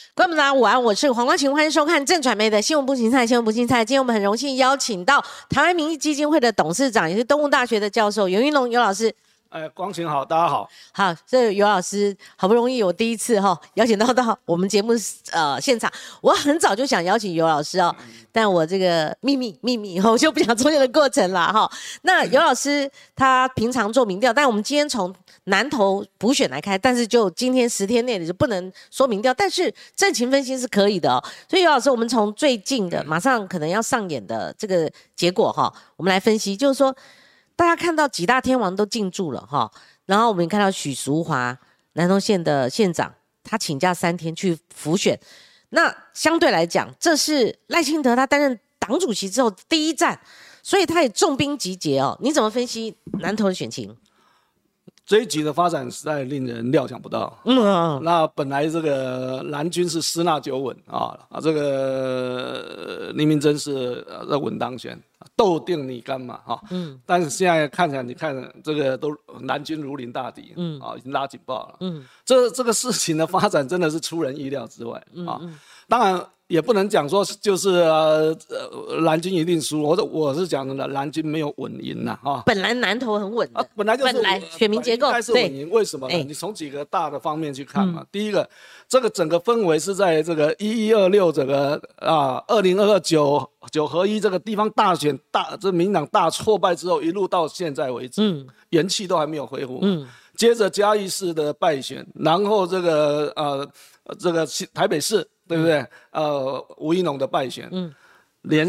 观众大家午安，我是黄光芹，欢迎收看正传媒的新闻不芹菜，新闻不芹菜。今天我们很荣幸邀请到台湾民意基金会的董事长，也是东吴大学的教授尤云龙尤老师。 光芹好，大家好。 好，这尤老师好不容易我第一次邀请到我们节目现场，我很早就想邀请尤老师但我这个秘密我就不讲中间的过程啦那尤老师他平常做民调，但我们今天从南投补选来开，但是就今天10天内就不能说民调，但是政情分析是可以的所以尤老师，我们从最近的马上可能要上演的这个结果我们来分析，就是说。大家看到几大天王都进驻了然后我们看到许淑华南投县的县长，他请假3天去辅选，那相对来讲，这是赖清德他担任党主席之后第一战，所以他也重兵集结你怎么分析南投的选情？ 这一局的发展实在令人料想不到。那本来这个蓝军是十拿9稳这个林明珍是稳当选，斗定你干嘛但是现在看起来，你看这个都蓝军如临大敌已经拉警报了这个事情的发展真的是出人意料之外当然。也不能讲说就是蓝军一定输，我是讲的蓝军没有稳赢本来南投很稳的， 本来就是选民结构应该是稳赢，为什么呢？你从几个大的方面去看嘛。第一个，这个整个氛围是在这个1126整个2022九合一这个地方大选这民进党大挫败之后，一路到现在为止，元气都还没有恢复。接着嘉义市的败选，然后这个台北市。对不对？吴怡农的败选，连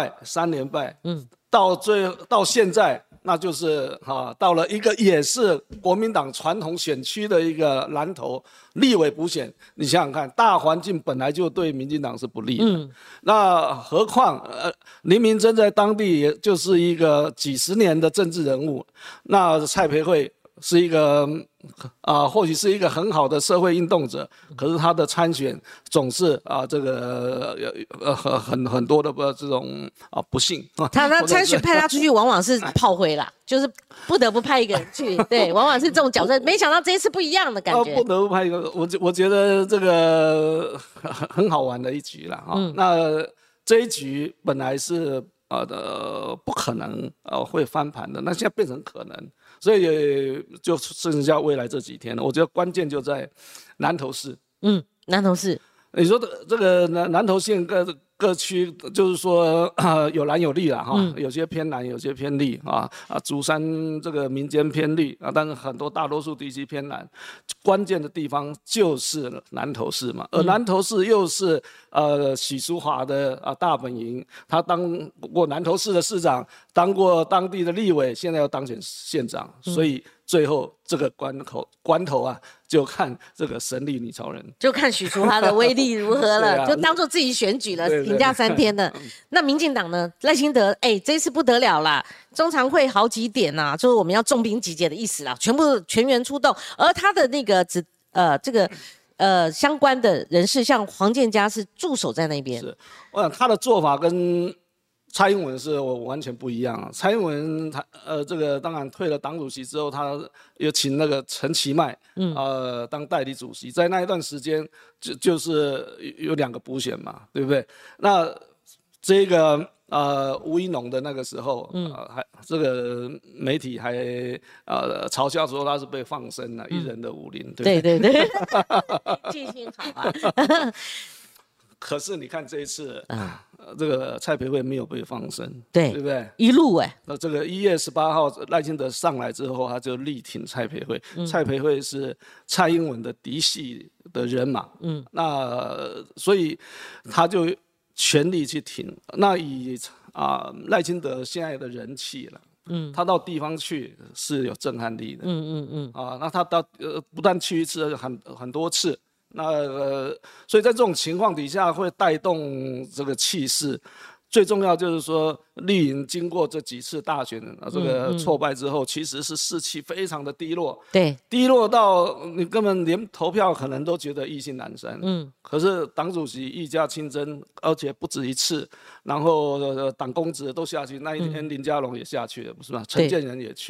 3连败，到现在，那就是到了一个也是国民党传统选区的一个南投立委补选，你想想看，大环境本来就对民进党是不利的，那何况林明珍在当地也就是一个几十年的政治人物，那蔡培慧是一个。或许是一个很好的社会运动者，可是他的参选总是这个很多的这种不幸他参选派他出去，往往是炮灰啦，就是不得不派一个人去，对，往往是这种角色。没想到这一次不一样的感觉， 不得不派一个，我觉得这个很好玩的一局啦那这一局本来是不可能会翻盘的，那现在变成可能。所以也就剩下未来这几天了。我觉得关键就在南投市。 南投市， 你说的这个南投县各区，就是说有蓝有绿啦有些偏蓝，有些偏绿竹山这个民间偏绿但是大多数地区偏蓝。关键的地方就是南投市嘛，而南投市又是许淑华的大本营，他当过南投市的市长，当过当地的立委，现在要当选县长，所以最后这个关头就看这个神力女超人， 就看许淑华的威力如何了，就当做自己选举了，请假3天了。那民进党呢？赖清德这一次不得了啦，中常会好几点就是我们要重兵集结的意思啦，全员出动，而他的那个相关的人士，像黄健嘉是驻守在那边。 是，我想他的做法跟蔡英文是完全不一样蔡英文这个当然退了党主席之后，他又请那个陈其迈当代理主席，在那一段时间就是有2个补选嘛，对不对？那这个吴怡农的那个时候还这个媒体还嘲笑说他是被放生了，一人的武林，对不对？ 对，记性好可是你看这一次这个蔡培慧没有被放生， 对不对？ 一路那这个1月18号赖清德上来之后，他就力挺蔡培慧。蔡培慧是蔡英文的嫡系的人马，那所以他就全力去挺。那以赖清德现在的人气了。他到地方去是有震撼力的。那他不但去一次，很多次。那所以在这种情况底下，会带动这个气势。最重要就是说，绿营经过这几次大选这个挫败之后，其实是士气非常的低落， 对， 低落到你根本连投票可能都觉得意兴阑珊。可是党主席一家亲征，而且不止一次，然后党公职都下去，那一天林佳龙也下去了，不是吗？陈建仁也去了。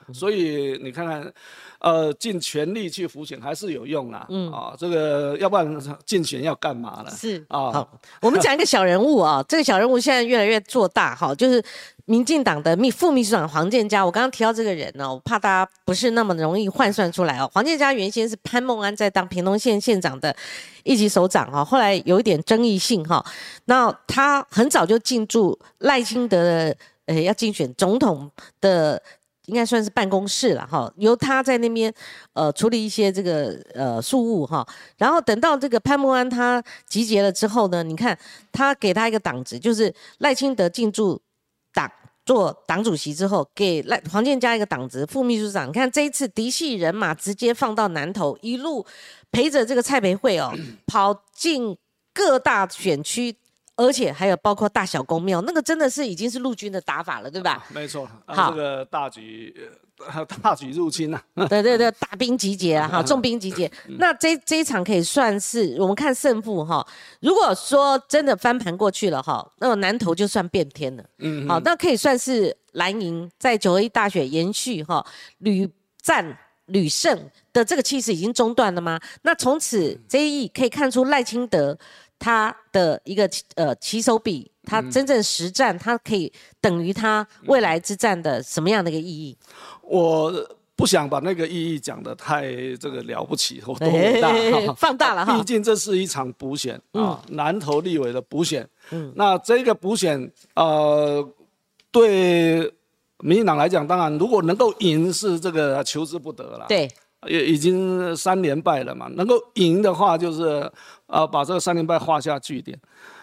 所以你看看，尽全力去辅选还是有用啦。这个要不然竞选要干嘛呢？ 是啊，好，我们讲一个小人物啊，这个小人物现在越来越做大哈，就是民进党的副秘书长黄健嘉。我刚刚提到这个人呢，我怕大家不是那么容易换算出来哦。黄健嘉原先是潘孟安在当屏东县县长的一级首长哈，后来有一点争议性哈，那他很早就进驻赖清德的要竞选总统的。应该算是办公室了哈，由他在那边处理一些这个事务哈，然后等到这个潘孟安他集结了之后呢，你看他给他一个党职，就是赖清德进驻党做党主席之后，给黄健嘉一个党职副秘书长。你看这一次嫡系人马直接放到南投，一路陪着这个蔡培慧跑进各大选区。而且还有包括大小公庙，那个真的是已经是陆军的打法了，对吧？ 没错，这个大举入侵啊！ 对对对，大兵集结啊，哈，重兵集结。那这一场可以算是我们看胜负哈。如果说真的翻盘过去了哈，那么南投就算变天了。好，那可以算是蓝营在921大选延续哈屡战屡胜的这个气势已经中断了吗？那从此这一役可以看出赖清德。他的一个起手笔，他真正实战，他可以等于他未来之战的什么样的一个意义？ 我不想把那个意义讲得太这个了不起或多伟大， 放大了哈。 毕竟这是一场补选啊，南投立委的补选。那这个补选对民进党来讲，当然如果能够赢是这个求之不得了。 对。 也已经3连败了嘛，能够赢的话就是把这个3连败画下句点，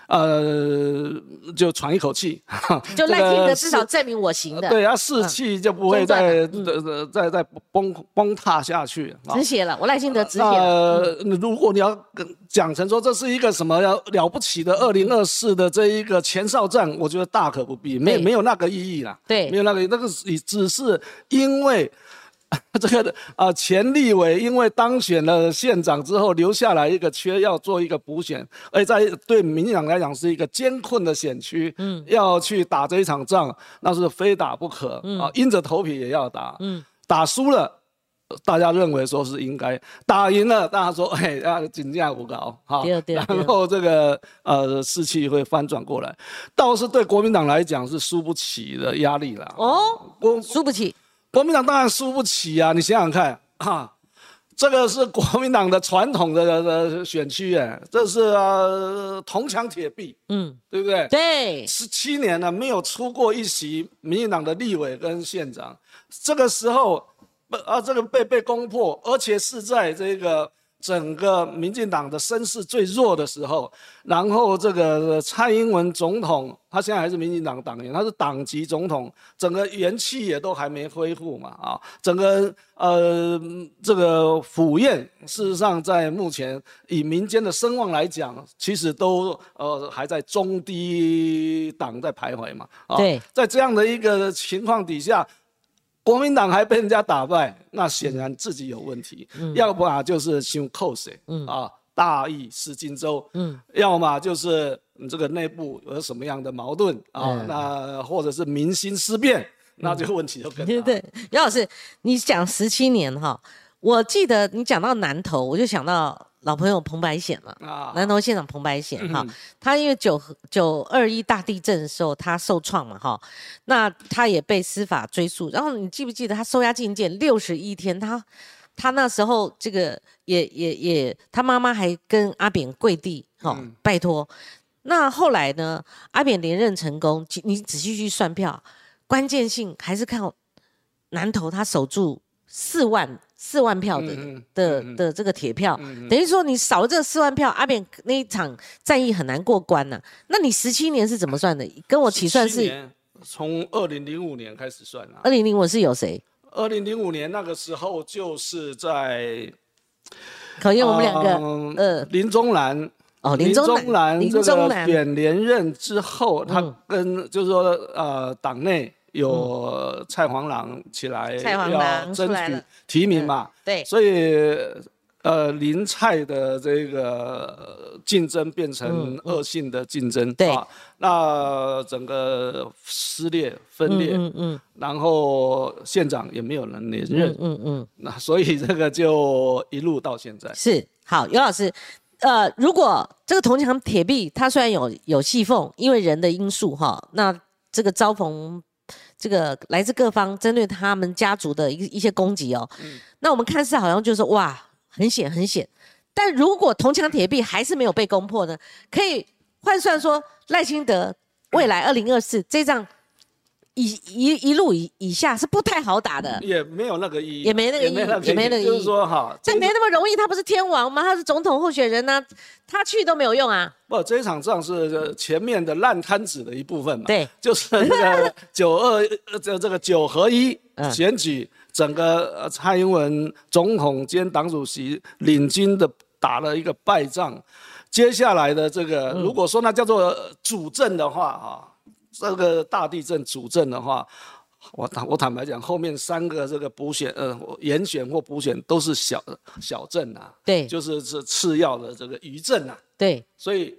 就喘一口气。 就赖清德至少证明我行的。 对啊，士气就不会再崩塌下去。 止血了，我赖清德止血了。 如果你要讲成说这是一个什么了不起的2024的这一个前哨战，我觉得大可不必，没有那个意义啦。 对， 没有那个只是因为。这个前立委因为当选了县长之后留下来一个缺，要做一个补选，而在对民进党来讲是一个艰困的选区，要去打这一场仗，那是非打不可硬着头皮也要打，打输了。大家认为说是应该，打赢了，大家说金价不高，好，然后这个士气会翻转过来，倒是对国民党来讲是输不起的压力啦。 输不起。 国民党当然输不起啊！你想想看，这个是国民党的传统的选区，这是铜墙铁壁，对不对？ 对 ，17年了，没有出过一席民进党的立委跟县长，这个时候，这个被攻破，而且是在这个整个民进党的声势最弱的时候，然后这个蔡英文总统，他现在还是民进党党员，他是党籍总统，整个元气也都还没恢复嘛，整个这个府院，事实上在目前以民间的声望来讲，其实都还在中低档在徘徊嘛， 对， 在这样的一个情况底下。国民党还被人家打败，那显然自己有问题。要不然就是想扣谁大意失荆州。要么就是你这个内部有什么样的矛盾那或者是民心思变，那这个问题就更大。 对，姚老师，你讲17年哈，我记得你讲到南投，我就想到老朋友彭百显了南投县长彭百显哈，他因为921大地震的时候他受创嘛哈，那他也被司法追诉，然后你记不记得他收押禁见61天，他那时候这个也他妈妈还跟阿扁跪地拜托，那后来呢阿扁连任成功，你仔细去算票，关键性还是看南投他守住4万票的这个铁票，等于说你少了这4万票，阿扁那一场战役很难过关呐。那你17年是怎么算的？跟我起算是从2005年开始算啊。 2005是有谁 ？2005年那个时候就是在考验我们两个林宗兰。林宗兰这个扁连任之后，他跟就是说党内。有蔡黄朗起来要争取提名嘛， 对， 所以林蔡的这个竞争变成恶性的竞争， 对那整个撕裂分裂，然后县长也没有人连任，那所以这个就一路到现在。 是，好，尤老师，如果这个铜墙铁壁它虽然有细缝，因为人的因素哈，那这个遭逢这个来自各方针对他们家族的一些攻击哦，那我们看似好像就是哇。很险很险，但如果铜墙铁壁还是没有被攻破呢？可以换算说赖清德未来2024这仗一路以下是不太好打的， 也没有那个意义， 也没那个意义， 就是说哈， 这没那么容易，他不是天王吗？他是总统候选人啊，他去都没有用啊。 不，这一场仗是前面的烂摊子的一部分嘛， 对， 就是那个这个9合1选举。整个蔡英文总统兼党主席领军的打了一个败仗，接下来的这个，如果说那叫做主政的话，这个大地震主政的话，我坦白讲，后面3个这个补选，延选或补选都是小政啊， 对， 就是次要的这个余震啊， 对， 所以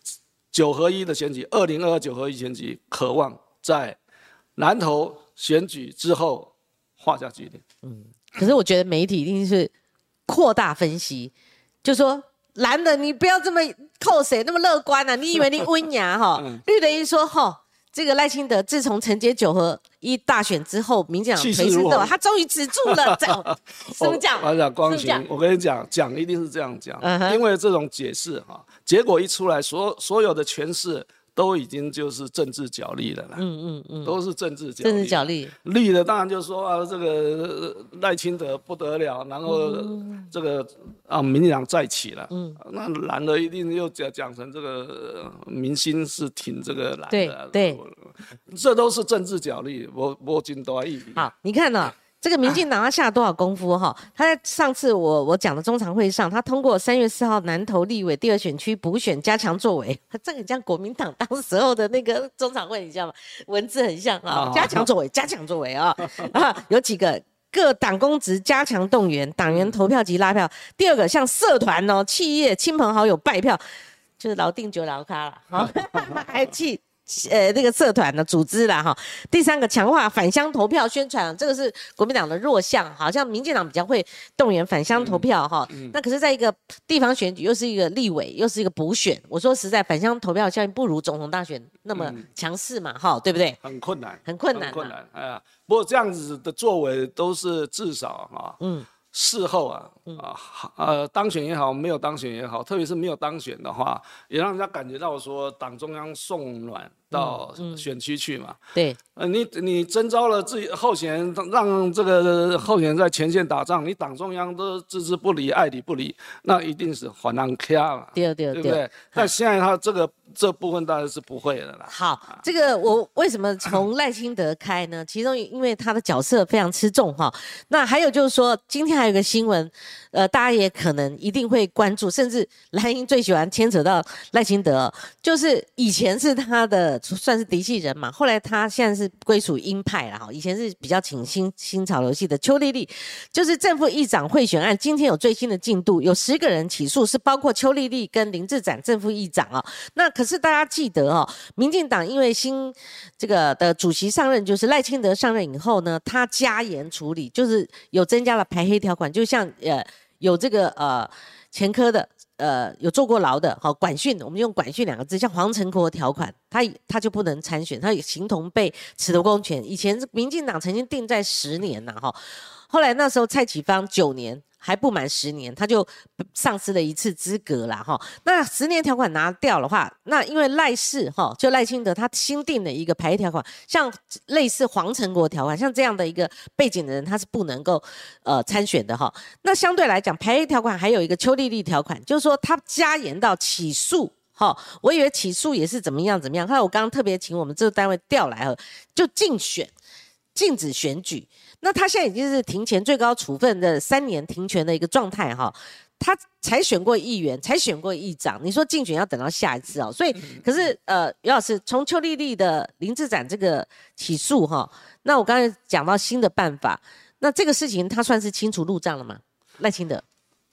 9合1的选举，2022 9合1选举，渴望在南投选举之后。画下句点。 可是我觉得媒体一定是扩大分析，就说蓝的你不要这么扣谁那么乐观啊！你以为你温雅哈？绿的一说哈，这个赖清德自从承接9合1大选之后，民进党颓势之后，他终于止住了，这样是不是这样？ 我讲光晴，我跟你讲一定是这样讲，因为这种解释哈，结果一出来，所有的诠释。都已经就是政治角力了啦，都是政治角力。绿的当然就说啊，这个赖清德不得了，然后这个民进党再起了，那蓝的一定又讲成这个民心是挺这个蓝的， 对， 这都是政治角力，我真多意义。 好，你看呢？这个民进党他下了多少功夫哈？他在上次我讲的中常会上，他通过3月4号南投立委第2选区补选加强作为，他这个像国民党当时候的那个中常会，你知道吗？文字很像啊，加强作为，加强作为啊有几个各党公职加强动员，党员投票及拉票。第2个向社团企业、亲朋好友拜票，就是劳定就劳咖了，还去。那个社团的组织啦哈。第3个强化返乡投票宣传，这个是国民党的弱项，好像民进党比较会动员返乡投票哈。那可是在一个地方选举，又是一个立委，又是一个补选，我说实在，返乡投票效应不如总统大选那么强势嘛哈，对不对？ 很困难， 很困难， 哎呀，不过这样子的作为都是至少事后当选也好，没有当选也好，特别是没有当选的话，也让人家感觉到说党中央送暖到选区去嘛。 对， 你征召了自己候选人，让这个候选人在前线打仗，你党中央都置之不理、爱理不理，那一定是还人卡嘛。 对不对？但现在他这部分当然是不会的啦。 好，这个我为什么从赖清德开呢？其中因为他的角色非常吃重哈。那还有就是说，今天还有一个新闻，大家也可能一定会关注，甚至蓝营最喜欢牵扯到赖清德，就是以前是他的算是嫡系人嘛，后来他现在是归属鹰派了哈。以前是比较挺新潮流系的邱丽丽，就是正副议长贿选案，今天有最新的进度，有10个人起诉，是包括邱丽丽跟林志展正副议长啊。那可是大家记得民进党因为新这个的主席上任，就是赖清德上任以后呢，他加严处理，就是有增加了排黑条款，就像有这个前科的有坐过牢的管训，我们用管训2个字，像黄成国条款，他就不能参选，他形同被褫夺公权。以前民进党曾经定在10年后来那时候蔡启芳9年。还不满10年，他就丧失了1次资格啦哈。那10年条款拿掉的话，那因为赖氏就赖清德他新定的一个排黑条款，像类似黄成国条款，像这样的一个背景的人，他是不能够参选的哈。那相对来讲，排黑条款还有一个邱丽丽条款，就是说他加严到起诉。我以为起诉也是怎么样，后来我刚刚特别请我们这个单位调来就竞选。禁止选举，那他现在已经是庭前最高处分的3年停权的一个状态他才选过议员，才选过议长，你说竞选要等到下一次所以可是尤老师从邱丽丽的林志展这个起诉那我刚才讲到新的办法，那这个事情他算是清除路障了吗？赖清德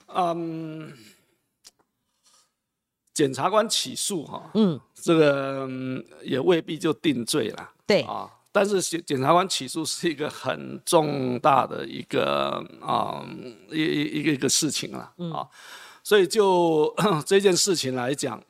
检察官起诉这个也未必就定罪了。 对但是检察官起诉是一个很重大的一个一个事情了所以就这件事情来讲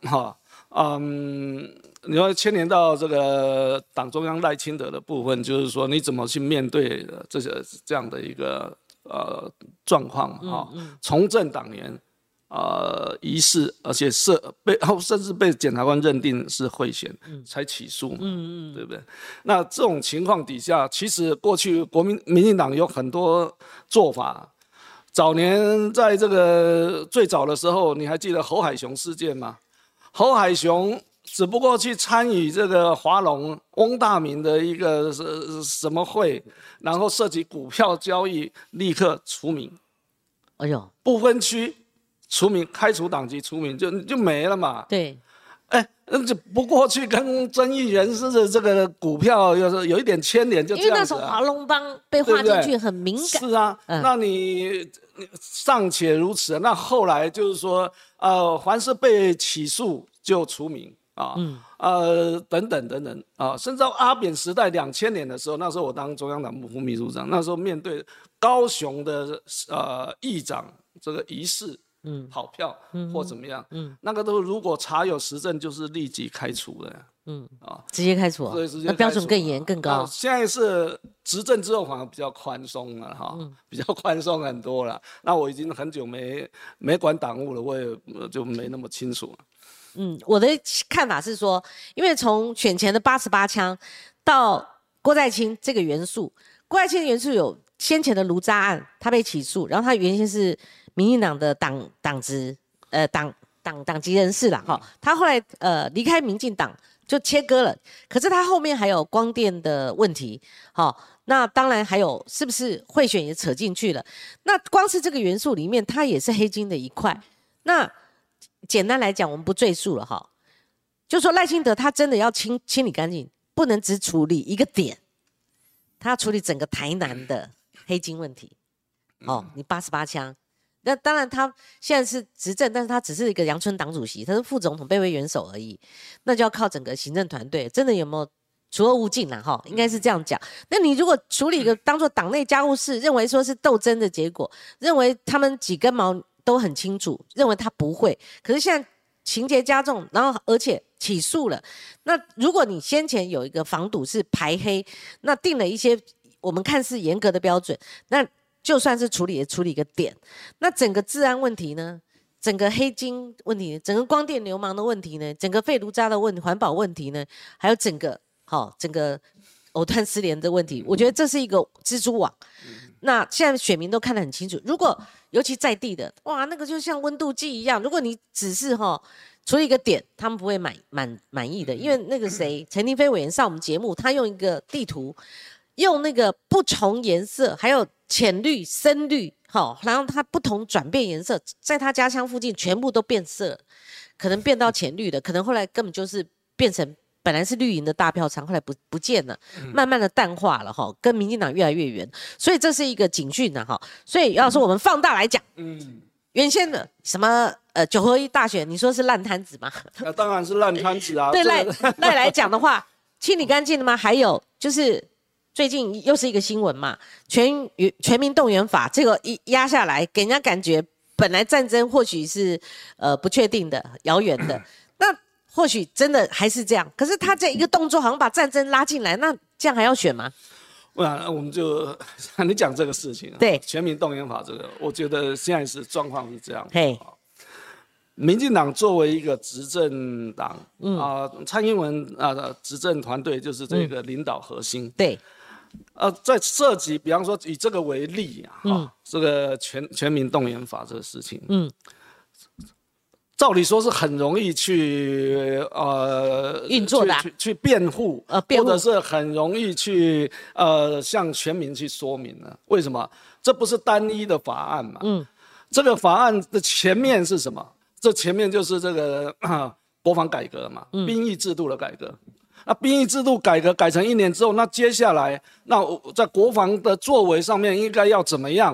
你要牵连到这个党中央赖清德的部分，就是说你怎么去面对这样的一个状况从政党员疑似，而且甚至被检察官认定是贿选才起诉对不对？那这种情况底下，其实过去民进党有很多做法。早年在这个最早的时候，你还记得侯海雄事件吗？侯海雄只不过去参与这个华龙翁大明的一个什么会，然后涉及股票交易，立刻除名。 哎呦， 不分区除名，开除党籍除名就没了嘛。 对， 就不过去跟争议人士的这个股票有一点牵连，就这样子因为那时候华龙帮被划进去很敏感。 是啊，那你尚且如此，那后来就是说，凡是被起诉就除名等等甚至到阿扁时代2000年的时候，那时候我当中央党部副秘书长，那时候面对高雄的议长这个疑似跑票或怎么样，那个都如果查有实证，就是立即开除的， 直接开除，那标准更严更高。 现在是执政之后反而比较宽松了比较宽松很多了。那我已经很久没管党务了，我也就没那么清楚了。 我的看法是说，因为从选前的88枪到郭在清这个元素，郭在清的元素有先前的卢渣案，他被起诉，然后他原先是民进党的党籍人士啦他后来离开民进党就切割了，可是他后面还有光电的问题那当然还有是不是贿选也扯进去了，那光是这个元素里面它也是黑金的一块。那简单来讲我们不赘述了就说赖清德他真的要清理干净，不能只处理一个点，他要处理整个台南的黑金问题你88枪，那当然他现在是执政，但是他只是一个阳春党主席，他是副总统备位元首而已，那就要靠整个行政团队真的有没有除恶务尽啦应该是这样讲。那你如果处理一个当作党内家务事，认为说是斗争的结果，认为他们几根毛都很清楚，认为他不会，可是现在情节加重，然后而且起诉了，那如果你先前有一个防堵是排黑，那定了一些我们看似严格的标准，那就算是处理也处理一个点，那整个治安问题呢，整个黑金问题，整个光电流氓的问题呢，整个废炉渣的问题，环保问题呢，还有整个藕断丝连的问题，我觉得这是一个蜘蛛网。那现在选民都看得很清楚，如果尤其在地的，哇，那个就像温度计一样，如果你只是处理一个点，他们不会满意的，因为那个谁陈亭妃委员上我们节目，他用一个地图，用那个不同颜色，还有浅绿、深绿，然后它不同转变颜色，在他家乡附近全部都变色，可能变到浅绿的，可能后来根本就是变成本来是绿营的大票仓，后来不见了，慢慢的淡化了跟民进党越来越远，所以这是一个警讯所以要说我们放大来讲，原先的什么9合1大选，你说是烂摊子吗？ 当然是烂摊子啊。 对赖来讲的话，清理干净了吗？还有就是最近又是一个新闻嘛，全民动员法这个一压下来，给人家感觉本来战争或许是不确定的、遥远的，那或许真的还是这样。可是他这一个动作好像把战争拉进来，那这样还要选吗？ 那我们就你讲这个事情对全民动员法这个，我觉得现在是状况是这样。 民进党作为一个执政党蔡英文执政团队就是这个领导核心。 对。 在涉及，比方说以这个为例这个全民动员法这个事情，照理说是很容易去运作的去辩护，或者是很容易去向全民去说明的。为什么？这不是单一的法案嘛？这个法案的前面是什么？这前面就是这个国防改革嘛，兵役制度的改革。那兵役制度改革改成1年之后，那接下来那在国防的作为上面应该要怎么样？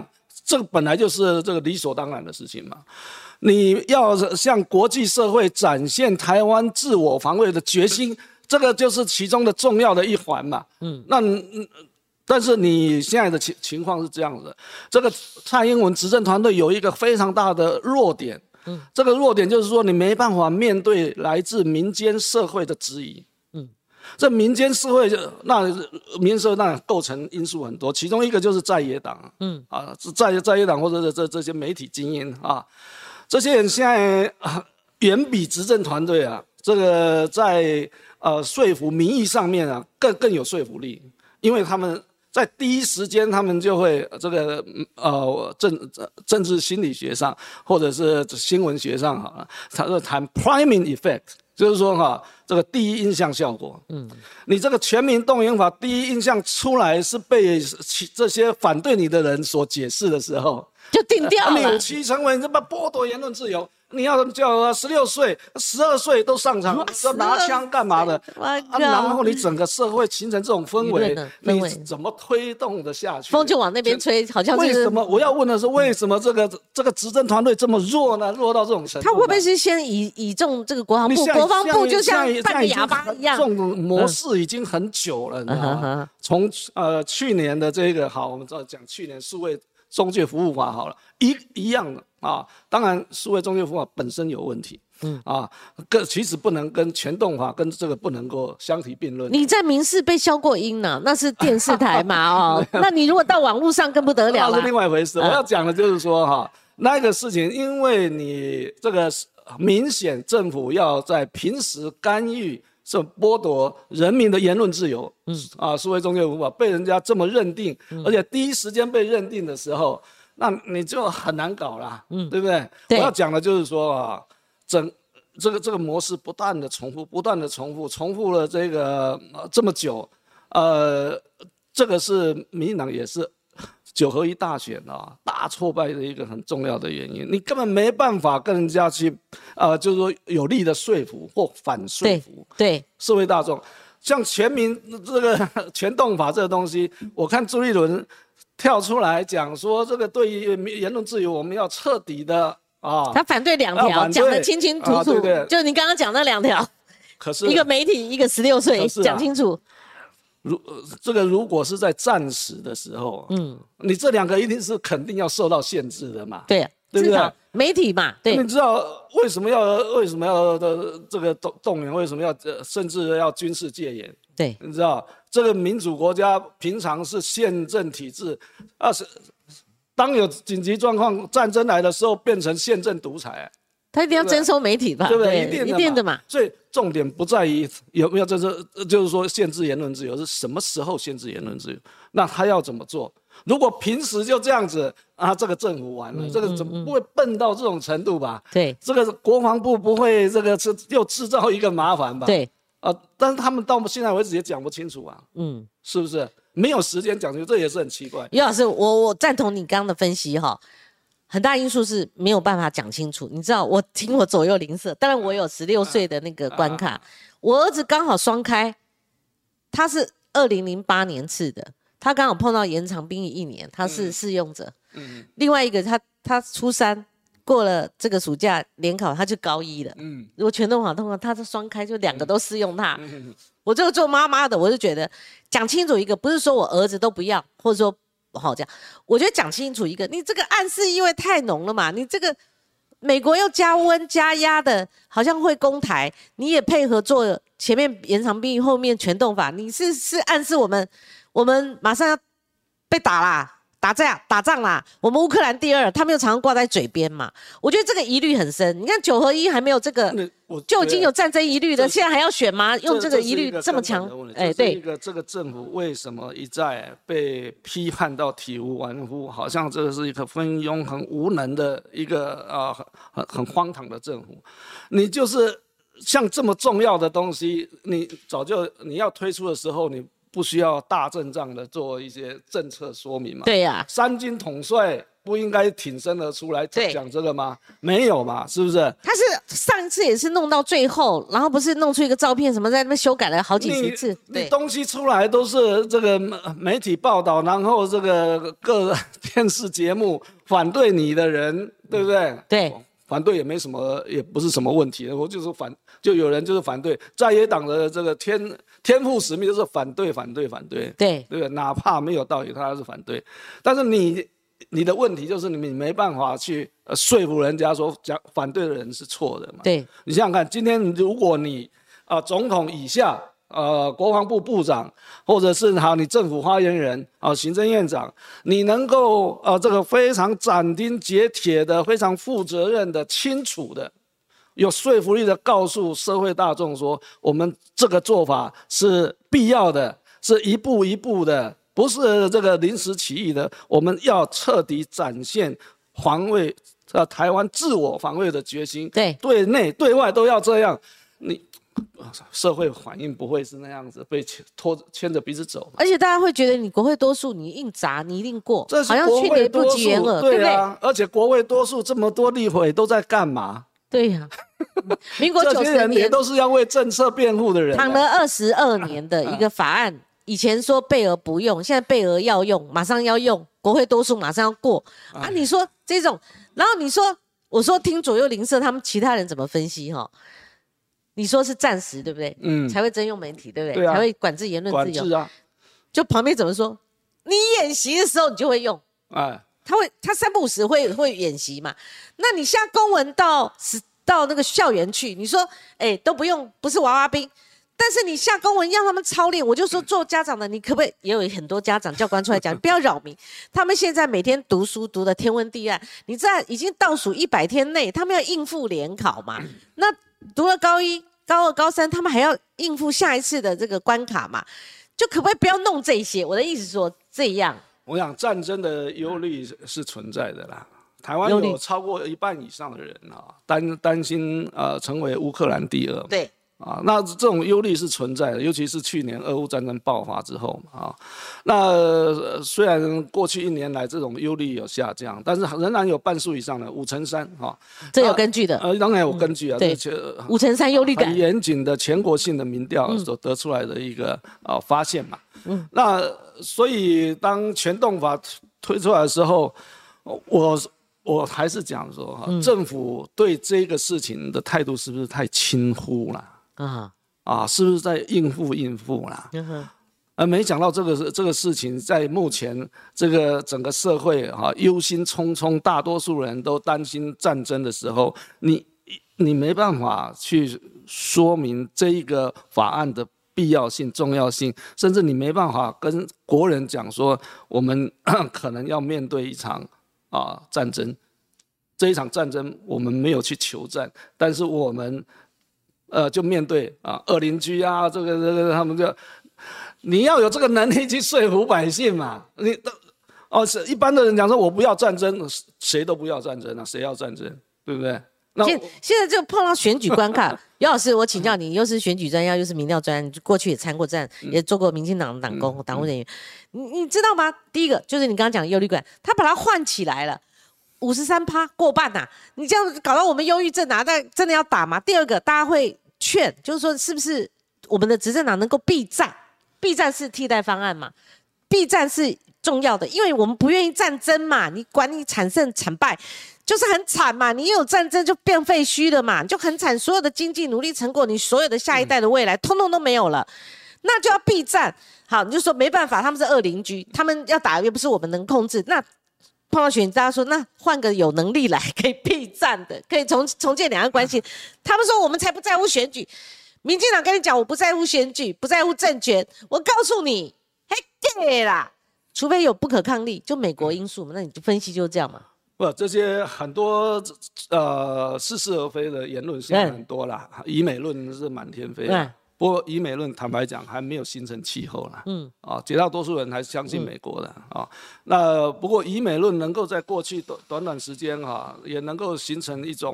这个本来就是这个理所当然的事情嘛。你要向国际社会展现台湾自我防卫的决心，这个就是其中的重要的一环嘛。但是你现在的情况是这样子的，这个蔡英文执政团队有一个非常大的弱点，这个弱点就是说你没办法面对来自民间社会的质疑。这民间社会民间社会当然构成因素很多，其中一个就是在野党，在野党或者这些媒体精英啊，这些人现在远比执政团队啊，这个在说服民意上面啊更有说服力，因为他们在第一时间他们就会这个政治心理学上或者是新闻学上哈，他说谈 priming effect。就是说这个第一印象效果，你这个全民动员法第一印象出来是被这些反对你的人所解释的时候， 就定掉了。 扭曲成为你这么剥夺言论自由，你要叫16岁、12岁都上场，要拿枪干嘛的？然后你整个社会形成这种氛围，你怎么推动的下去？ 风就往那边吹，好像为什么？我要问的是，为什么这个执政团队这么弱呢？弱到这种程度？ 他会不会是先倚重这个国防部？国防部就像半个哑巴一样， 这种模式已经很久了，你知道吗？从去年的这个好，我们讲去年数位中介服务法好了，一样的啊。当然，数位中介服务法本身有问题，其实不能跟全动法跟这个不能够相提并论。 你在民视被消过音呢，那是电视台嘛那你如果到网络上更不得了了， 那是另外一回事。我要讲的就是说那个事情，因为你这个明显政府要在平时干预。是剥夺人民的言论自由，数位中介服务法被人家这么认定，而且第一时间被认定的时候，那你就很难搞啦，对不对？我要讲的就是说这个模式不断的重复了这个这么久，这个是民进党也是9合1大选大挫败的一个很重要的原因，你根本没办法跟人家去就是说有力的说服或反说服对社会大众。像全民这个全动法这个东西，我看朱立伦跳出来讲说，这个对于言论自由我们要彻底的他反对2条，讲得清清楚楚，就你刚刚讲那2条， 可是一个媒体，一个16岁，讲清楚。 这个如果是在战时的时候，你这2个一定是肯定要受到限制的嘛？ 对不对？ 媒体嘛，对。 你知道为什么要这个动员？为什么要甚至要军事戒严？ 对， 你知道这个民主国家平常是宪政体制，当有紧急状况、战争来的时候，变成宪政独裁。 他一定要征收媒体吧？ 对不对？ 一定的嘛。 所以重点不在于有没有就是说限制言论自由，是什么时候限制言论自由？那他要怎么做？如果平时就这样子这个政府完了，这个怎么不会笨到这种程度吧？ 对， 这个国防部不会又制造一个麻烦吧？ 对， 但是他们到现在为止也讲不清楚是不是？没有时间讲清楚，这也是很奇怪。 于老师，我赞同你刚刚的分析很大因素是没有办法讲清楚。你知道，我听我左右邻舍，当然我有16岁的那个关卡，我儿子刚好双开，他是2008年次的，他刚好碰到延长兵役1年，他是适用者。另外一个他初3过了这个暑假联考，他就高1了。如果全动法通过，他是双开，就2个都适用他。我这个做妈妈的，我就觉得讲清楚一个，不是说我儿子都不要，或者说好这样，我觉得讲清楚一个，你这个暗示意味太浓了嘛，你这个美国又加温加压的，好像会攻台，你也配合做前面延长兵役，后面全动法，你是暗示我们马上要被打啦。打仗啦，我们乌克兰第2，他们又常常挂在嘴边嘛。我觉得这个疑虑很深。你看9合1还没有这个，就已经有战争疑虑了，现在还要选吗？用这个疑虑这么强， 对，这个政府为什么一再被批判到体无完肤？好像这是一个昏庸、很无能的一个很荒唐的政府。你就是像这么重要的东西，你要推出的时候，你不需要大阵仗的做一些政策说明嘛？ 对呀， 三军统帅不应该挺身而出来对讲这个吗？没有嘛，是不是？ 他是上一次也是弄到最后，然后不是弄出一个照片什么，在那边修改了好几十次。 你东西出来都是这个媒体报道，然后这个各电视节目反对你的人，对不对？ 对。 反对也没什么，也不是什么问题。我就是就有人就是反对，在野党的这个天赋使命就是反对，对不对？哪怕没有道理，他是反对。但是你的问题就是你没办法去说服人家说讲反对的人是错的嘛？ 对， 你想想看，今天如果你总统以下。国防部部长，或者是你政府发言人行政院长，你能够这个非常斩钉截铁的、非常负责任的、清楚的、有说服力的告诉社会大众说，我们这个做法是必要的，是一步一步的，不是这个临时起意的，我们要彻底展现防卫台湾自我防卫的决心，对内对外都要这样，社会反应不会是那样子被牵着鼻子走， 而且大家会觉得你国会多数，你硬砸你一定过， 这是好像去年不及原额， 对啊，而且国会多数这么多立委都在干嘛？ 对呀，民国90 年这些人也都是要为政策辩护的人， 躺了22年的一个法案，以前说备而不用，现在备而要用，马上要用，国会多数马上要过啊！你说这种，然后你说我说听左右邻舍他们其他人怎么分析哈？你说是暂时对不对？才会征用媒体对不对？ 对啊， 才会管制言论自由。 管制啊！ 就旁边怎么说？你演习的时候你就会用，他3不5时会演习嘛？那你下公文到那个校园去，你说都不用，不是娃娃兵，但是你下公文让他们操练，我就说做家长的，你可不可以？也有很多家长教官出来讲，不要扰民。他们现在每天读书读的天昏地暗，你在已经倒数100天内，他们要应付联考嘛？那读了高1、高2、高3，他们还要应付下一次的这个关卡嘛？就可不可以不要弄这些？我的意思说这样。 我想战争的忧虑是存在的啦。台湾有超过1半以上的人担心成为乌克兰第2。 对。 那这种忧虑是存在的，尤其是去年俄乌战争爆发之后嘛那虽然过去1年来这种忧虑有下降，但是仍然有半数以上的5%-3% 这有根据的。 当然有根据啊， 对，5%-3%忧虑感， 很严谨的全国性的民调所得出来的一个发现嘛。那所以当全动法推出来的时候，我还是讲说政府对这个事情的态度是不是太轻忽了？是不是在应付啦？没想到这个事情在目前这个整个社会忧心忡忡，大多数人都担心战争的时候，你没办法去说明这一个法案的必要性、重要性，甚至你没办法跟国人讲说，我们可能要面对一场战争。这一场战争我们没有去求战，但是我们就面对恶邻居这个他们你要有这个能力去说服百姓嘛。是一般的人讲说我不要战争，谁都不要战争谁要战争，对不对？ 现在就碰到选举关卡，尤老师，我请教你，又是选举专家，又是民调专家，过去也参过战，也做过民进党党工、党务人员，你知道吗？第一个就是你刚刚讲的忧虑感，他把它换起来了，53%过半你这样搞到我们忧郁症但真的要打吗？第二个，大家会劝，就是说是不是我们的执政党能够避战？避战是替代方案嘛？避战是重要的，因为我们不愿意战争嘛，你管你惨胜惨败。就是很惨嘛，你有战争就变废墟了嘛，就很惨，所有的经济努力成果，你所有的下一代的未来，通通都没有了，那就要避战。好，你就说没办法，他们是恶邻居，他们要打又不是我们能控制，那碰到选举，大家说那换个有能力来可以避战的，可以重建两岸关系。他们说我们才不在乎选举，民进党跟你讲我不在乎选举，不在乎政权，我告诉你，嘿对啦，除非有不可抗力，就美国因素嘛，那你就分析就是这样嘛。 不，这些很多似是而非的言论是很多啦，以美论是满天飞。不过以美论坦白讲还没有形成气候啦。绝大多数人还是相信美国的那不过以美论能够在过去短时间也能够形成一种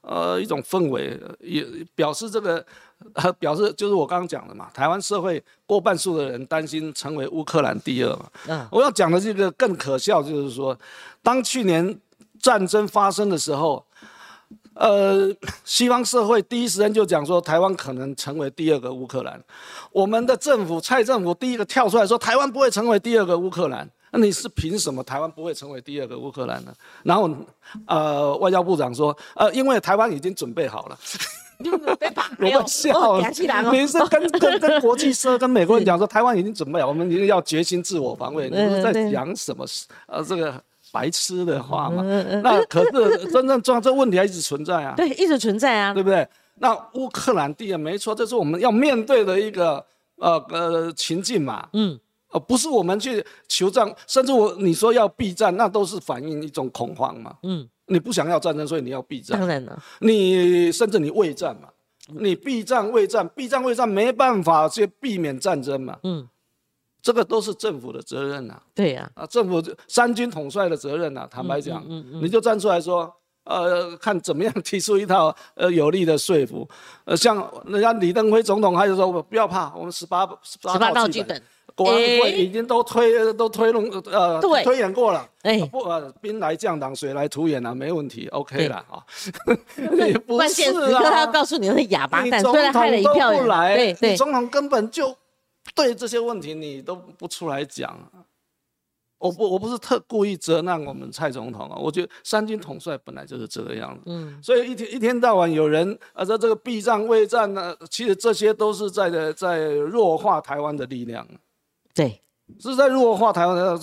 一种氛围，也表示这个表示就是我刚刚讲的嘛，台湾社会过半数的人担心成为乌克兰第二嘛。我要讲的这个更可笑，就是说，当去年战争发生的时候，西方社会第一时间就讲说台湾可能成为第二个乌克兰，我们的政府蔡政府第一个跳出来说台湾不会成为第二个乌克兰。那你是凭什么台湾不会成为第二个乌克兰呢？然后外交部长说因为台湾已经准备好了。我们笑了，你是跟国际社跟美国人讲说台湾已经准备好，我们一定要决心自我防卫。你是在讲什么这个白痴的话吗？那可是真正这问题还一直存在啊。 对，一直存在啊， 对不对？那乌克兰第二没错，这是我们要面对的一个情境嘛。不是我们去求战，甚至你说要避战，那都是反映一种恐慌嘛。你不想要战争，所以你要避战。 当然了， 你甚至你畏战嘛，你避战畏战没办法去避免战争嘛。这个都是政府的责任啊。 对呀， 政府三军统帅的责任啊。坦白讲，你就站出来说。看怎么样提出一套有力的说服。像人家李登辉总统还是说不要怕，我们18道剧本。国安会已经都推演过了，兵来将挡，水来土掩啊，没问题 ，OK 了啊。 关键时刻他要告诉你是哑巴蛋，虽然害了一票人，对， 你总统根本就对这些问题你都不出来讲。我不是故意责难我们蔡总统啊，我觉得三军统帅本来就是这个样子。所以一天到晚有人在这个避战畏战呢，其实这些都是在弱化台湾的力量。 对， 是在弱化台湾的，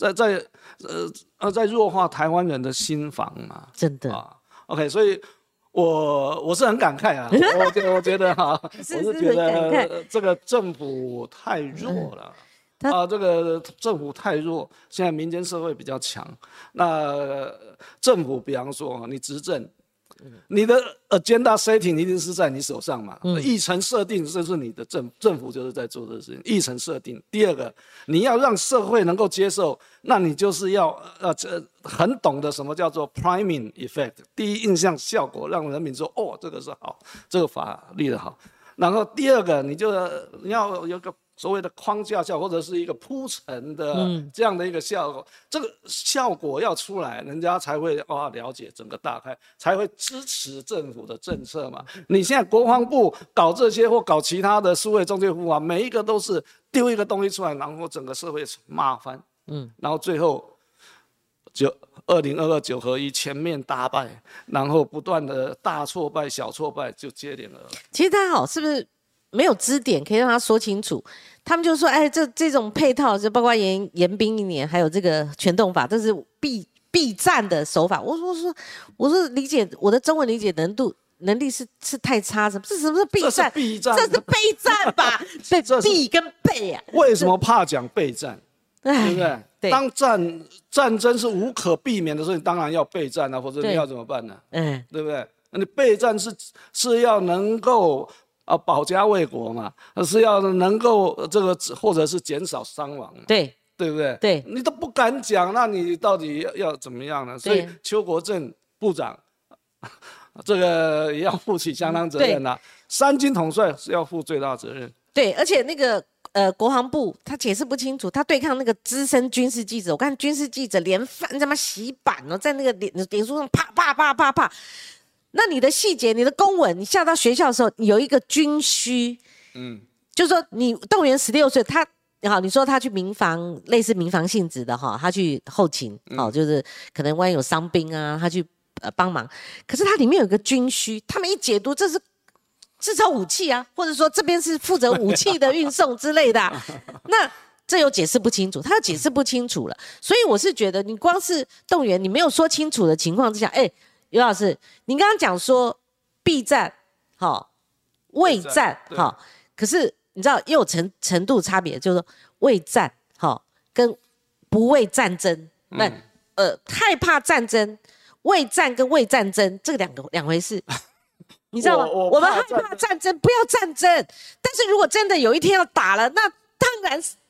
在弱化台湾人的心防嘛。 真的 OK， 所以我是很感慨啊。我觉得我是觉得这个政府太弱了。这个政府太弱，现在民间社会比较强。那政府，比方说你执政，你的 agenda setting 一定是在你手上嘛。议程设定，这是你的政府就是在做这个事情。议程设定，第二个，你要让社会能够接受，那你就是要很懂得什么叫做 priming effect， 第一印象效果，让人民说这个是好，这个法律的好。然后第二个，你要有个所谓的框架效或者是一个铺陈的这样的一个效果，这个效果要出来，人家才会了解整个大概，才会支持政府的政策嘛。你现在国防部搞这些或搞其他的数位中介服务每一个都是丢一个东西出来，然后整个社会骂翻，然后最后就20229合1全面大败，然后不断的大挫败、小挫败就接连而来。 其实他是不是没有支点可以让他说清楚？他们就说，这种配套就包括延兵1年，还有这个全动法，这是避战的手法。我说理解我的中文理解能力是太差，这什么是避战？这是备战吧？避跟备啊？ 为什么怕讲备战？对不对？ 对， 当战争是无可避免的时候，你当然要备战啊，否则你要怎么办呢？对不对？你备战是要能够保家卫国嘛，是要能够这个或者是减少伤亡嘛， 对不对？ 对， 你都不敢讲，那你到底要怎么样呢？所以邱国正部长这个也要负起相当责任啦。三军统帅是要负最大责任。 对，而且那个国防部他解释不清楚，他对抗那个资深军事记者，我看军事记者连番他妈洗版在那个脸书上啪啪啪啪啪。那你的细节，你的公文，你下到学校的时候，有一个军需，就是说你动员16岁，你说他去民防，类似民防性质的他去后勤，就是可能万一有伤兵啊，他去帮忙。可是它里面有个军需，他们一解读这是制造武器啊，或者说这边是负责武器的运送之类的那这又解释不清楚，他又解释不清楚了。所以我是觉得，你光是动员，你没有说清楚的情况之下，尤老师，你刚刚讲说避战，畏战，可是你知道也有程度差别，就是说畏战，跟不畏战争，害怕战争，畏战跟畏战争，这个两回事。你知道吗？我们害怕战争，不要战争。但是如果真的有一天要打了，那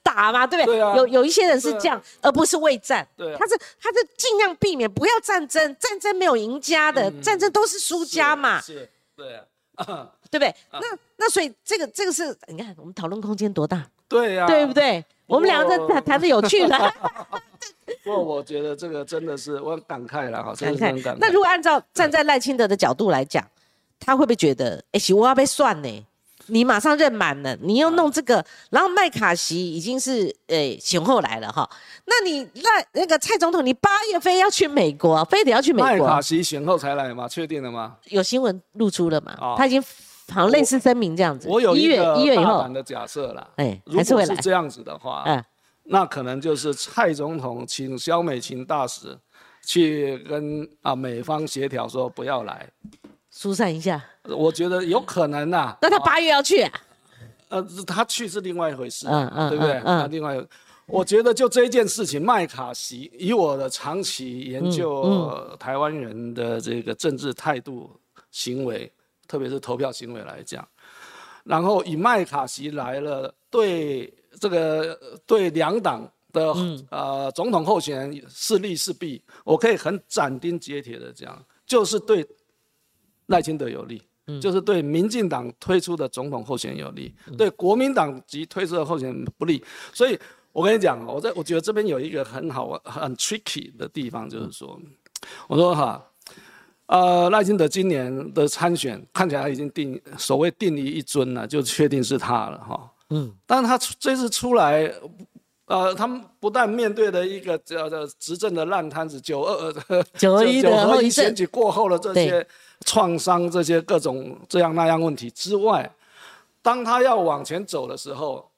打嘛，对不对？ 对啊有一些人是这样，而不是为战。 对啊他是尽量避免不要战争，战争没有赢家的，战争都是输家嘛， 是，对啊， 对不对？那所以这个是你看我们讨论空间多大， 对呀， 对不对？我们两个在谈的有趣了。 不过我觉得这个真的是我很感慨了哈， 感慨。 真的是很感慨。 那如果按照站在赖清德的角度来讲，他会不会觉得，是我要被算呢？你马上任满了，你又弄这个，然后麦卡锡已经是选后来了哈，那你那个蔡总统，你8月非要去美国，非得要去美国？ 麦卡锡选后才来吗？确定了吗？ 有新闻露出了嘛？他已经好像类似声明这样子。 我有一个 1月以后大胆的假设啦， 还是会来。 如果是这样子的话，那可能就是蔡总统请萧美琴大使去跟美方协调说不要来。 疏散一下， 我觉得有可能呐。 那他8月要去啊？ 他去是另外一回事，对不对？另外，我觉得就这一件事情，麦卡锡以我的长期研究台湾人的这个政治态度、行为，特别是投票行为来讲，然后以麦卡锡来了，对两党的总统候选人是利是弊，我可以很斩钉截铁的讲，就是对赖清德有利，就是对民进党推出的总统候选人有利，对国民党及推出的候选人不利。所以我跟你讲，我觉得这边有一个很tricky 的地方，就是说，我说赖清德今年的参选看起来已经所谓定于一尊了，就确定是他了哈。但是他这次出来。他们不但面对了一个执政的烂摊子，921选举过后的这些创伤、这些各种这样那样问题之外，当他要往前走的时候，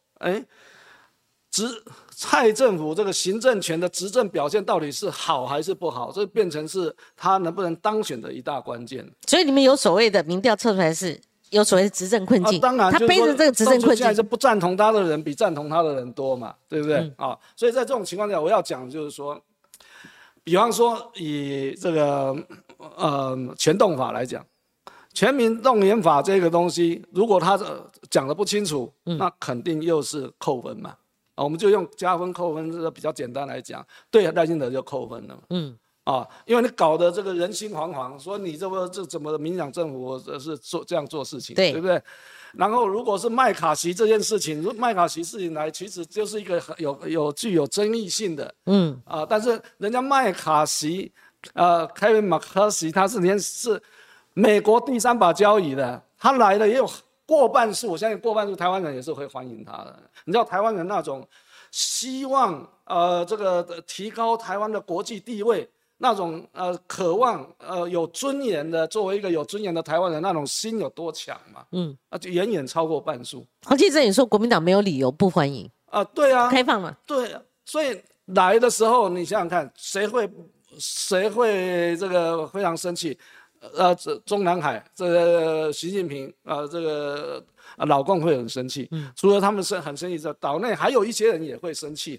蔡政府这个行政权的执政表现到底是好还是不好，这变成是他能不能当选的一大关键。 所以你们有所谓的民调测出来是。有所谓的执政困境， 当然他背着这个执政困境， 现在是不赞同他的人比赞同他的人多嘛，对不对？所以在这种情况下，我要讲就是说，比方说以这个全动法来讲，全民动员法这个东西，如果他讲得不清楚，那肯定又是扣分嘛。我们就用加分扣分这个比较简单来讲，对赖清德就扣分了嘛。因为你搞得这个人心惶惶，说你这怎么民进党政府是这样做事情，对不对？然后如果是麦卡锡这件事情，麦卡锡事情来，其实就是一个具有争议性的，但是人家麦卡锡，Kevin McCarthy， 他是美国第3把交椅的，他来了也有过半数，我相信过半数台湾人也是会欢迎他的。你知道台湾人那种希望这个提高台湾的国际地位。那种渴望有尊严的，作为一个有尊严的台湾人，那种心有多强嘛？就远远超过半数。黄记者也说，国民党没有理由不欢迎对啊， 开放嘛？ 对，所以来的时候，你想想看，谁会这个非常生气？中南海这个习近平这个老共会很生气。除了他们很生气之外，岛内还有一些人也会生气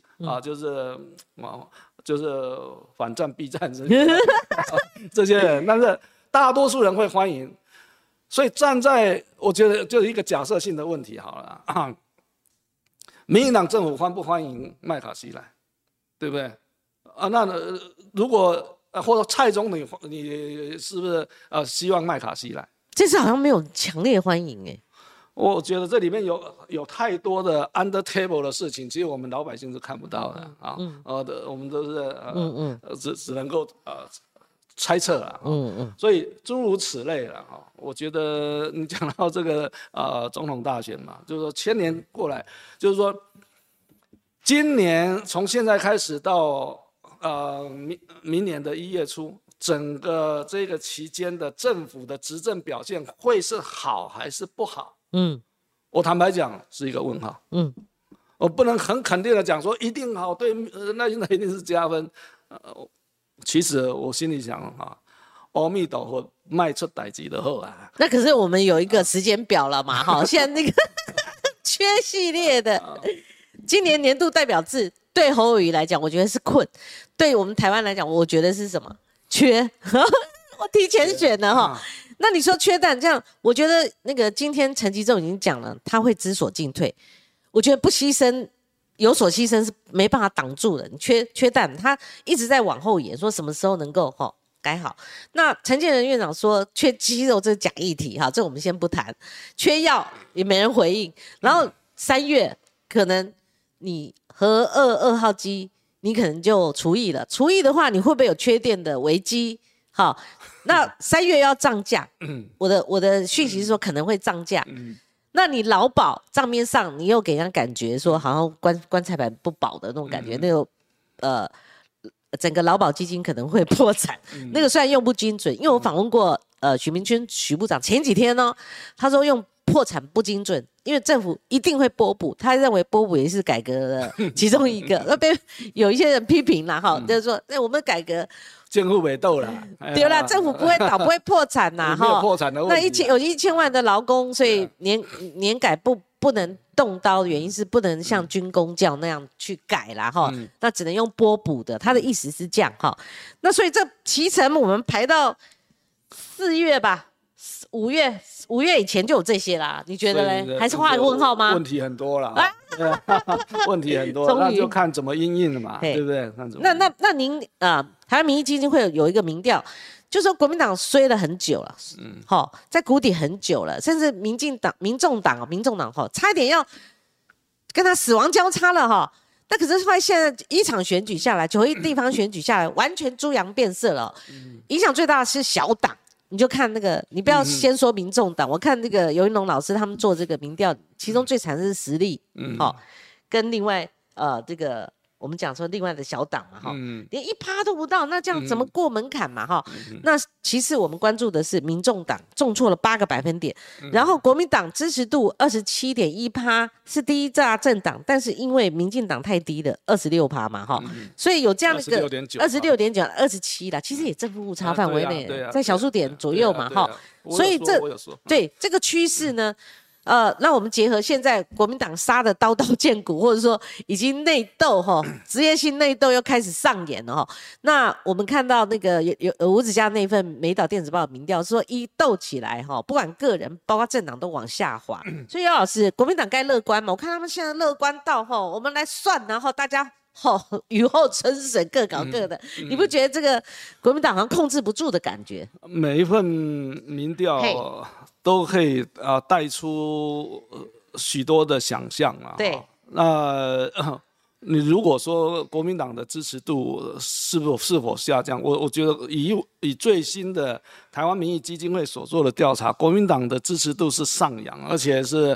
就是反战避战这些人，但是大多数人会欢迎，所以我觉得就是一个假设性的问题好了民进党政府欢不欢迎麦卡锡来，对不对？那如果或者蔡总统你是不是希望麦卡锡来？ 这次好像没有强烈欢迎我觉得这里面有太多的 under table 的事情，其实我们老百姓是看不到的我们都是只能够猜测了所以诸如此类了我觉得你讲到这个总统大选嘛，就是说1000年过来，就是说今年从现在开始到明年的1月初。整个这个期间的政府的执政表现会是好还是不好？我坦白讲是一个问号。我不能很肯定的讲说一定好，对赖清德一定是加分。其实我心里想阿弥陀佛，迈出代志就好啊。 那可是我们有一个时间表了嘛，现在那个缺系列的今年年度代表字，对侯友宜来讲，我觉得是困；对我们台湾来讲，我觉得是什么？缺。我提前选了那你说缺蛋这样，我觉得那个今天陈吉仲已经讲了，他会知所进退。我觉得不牺牲有所牺牲是没办法挡住的，你缺蛋，他一直在往后延，说什么时候能够改好。那陈建仁院长说缺肌肉这是假议题哈，这我们先不谈，缺药也没人回应。然后3月可能你核2号机你可能就除役了，除役的话你会不会有缺电的危机？好，那3月要涨价，我的讯息是说可能会涨价。那你劳保账面上你又给人家感觉说好像棺材板不保的那种感觉，那个整个劳保基金可能会破产，那个虽然用不精准，因为我访问过许明君许部长前几天呢，他说用破产不精准，因为政府一定会拨补，他认为拨补也是改革的其中一个，那被有一些人批评啦哈，就是说我们改革。 政府袂斗啦， 对啦，政府不会倒，不会破产呐， 没有破产的问题。 那有1000万的劳工，所以年改不能动刀的原因是不能像军公教那样去改啦哈，那只能用拨补的。他的意思是这样哈，那所以这期程我们排到4月吧，5月以前就有这些啦，你觉得嘞？还是画个问号吗？ 问题很多啦，问题很多，那就看怎么因应了嘛，对不对？ 那您台湾民意基金会有一个民调，就说国民党衰了很久了，在谷底很久了，甚至民众党差一点要跟他死亡交叉了哈。那可是后来现在一场选举下来，91地方选举下来，完全猪羊变色了，影响最大的是小党。你就看那个，你不要先说民众党，我看那个游盈隆老师他们做这个民调，其中最惨的是时力，跟另外这个。我们讲说另外的小党嘛，连1%都不到，那这样怎么过门槛嘛，那其次我们关注的是民众党重挫了8个百分点，然后国民党支持度27.1%是第一大政党，但是因为民进党太低了26%嘛，所以有这样的一个26.9、27啦，其实也正负误差范围内，在小数点左右嘛，所以这个趋势呢。那我们结合现在国民党杀的刀刀见骨，或者说已经内斗职业性内斗又开始上演了那我们看到那个有吴子嘉那份美岛电子报的民调说，一斗起来不管个人包括政党都往下滑，所以姚老师，国民党该乐观吗？我看他们现在乐观到我们来算，然后大家雨后春笋各搞各的，你不觉得这个国民党好像控制不住的感觉？ 每一份民调都可以带出许多的想象啊。 对， 那你如果说国民党的支持度是否下降，我觉得以最新的台湾民意基金会所做的调查，国民党的支持度是上扬，而且是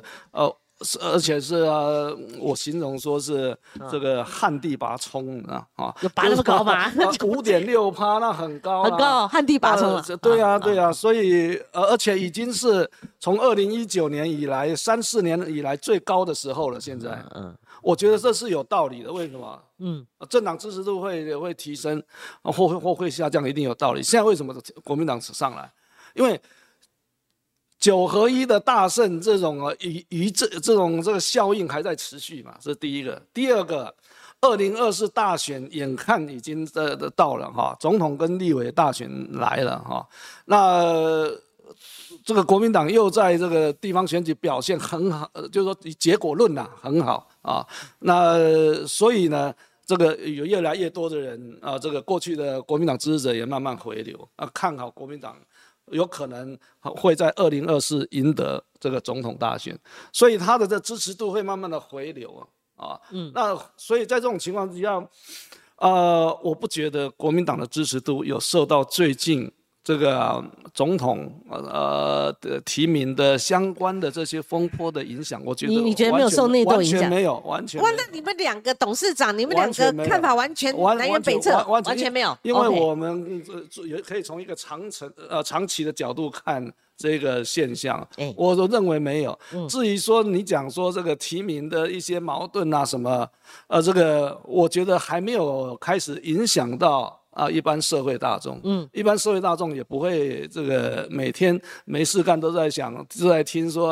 我形容说是这个旱地拔葱有拔那么高吗 ？5.6%，那很高， 很高，旱地拔葱了。 对啊，所以而且已经是从2019年以来3-4年以来最高的时候了。现在，我觉得这是有道理的。为什么？政党支持度会提升，或会下降，一定有道理。现在为什么国民党上来？因为9合1的大胜，这种这个效应还在持续嘛，这是第一个。第二个，2024大选眼看已经到了总统跟立委大选来了那这个国民党又在这个地方选举表现很好，就是说以结果论很好那所以呢，这个有越来越多的人这个过去的国民党支持者也慢慢回流看好国民党。有可能会在2024赢得这个总统大选，所以他的这支持度会慢慢的回流那所以在这种情况之下，我不觉得国民党的支持度有受到最近这个总统的提名的相关的这些风波的影响，我觉得你觉得没有受内斗影响？ 完全没有，完全没有。 那你们2个董事长，你们2个看法完全南辕北辙，完全没有。 因为我们也可以从一个长期的角度看这个现象，我都认为没有。至于说你讲说这个提名的一些矛盾什么，这个我觉得还没有开始影响到。一般社会大众，一般社会大众也不会这个每天没事干都在想，都在听说，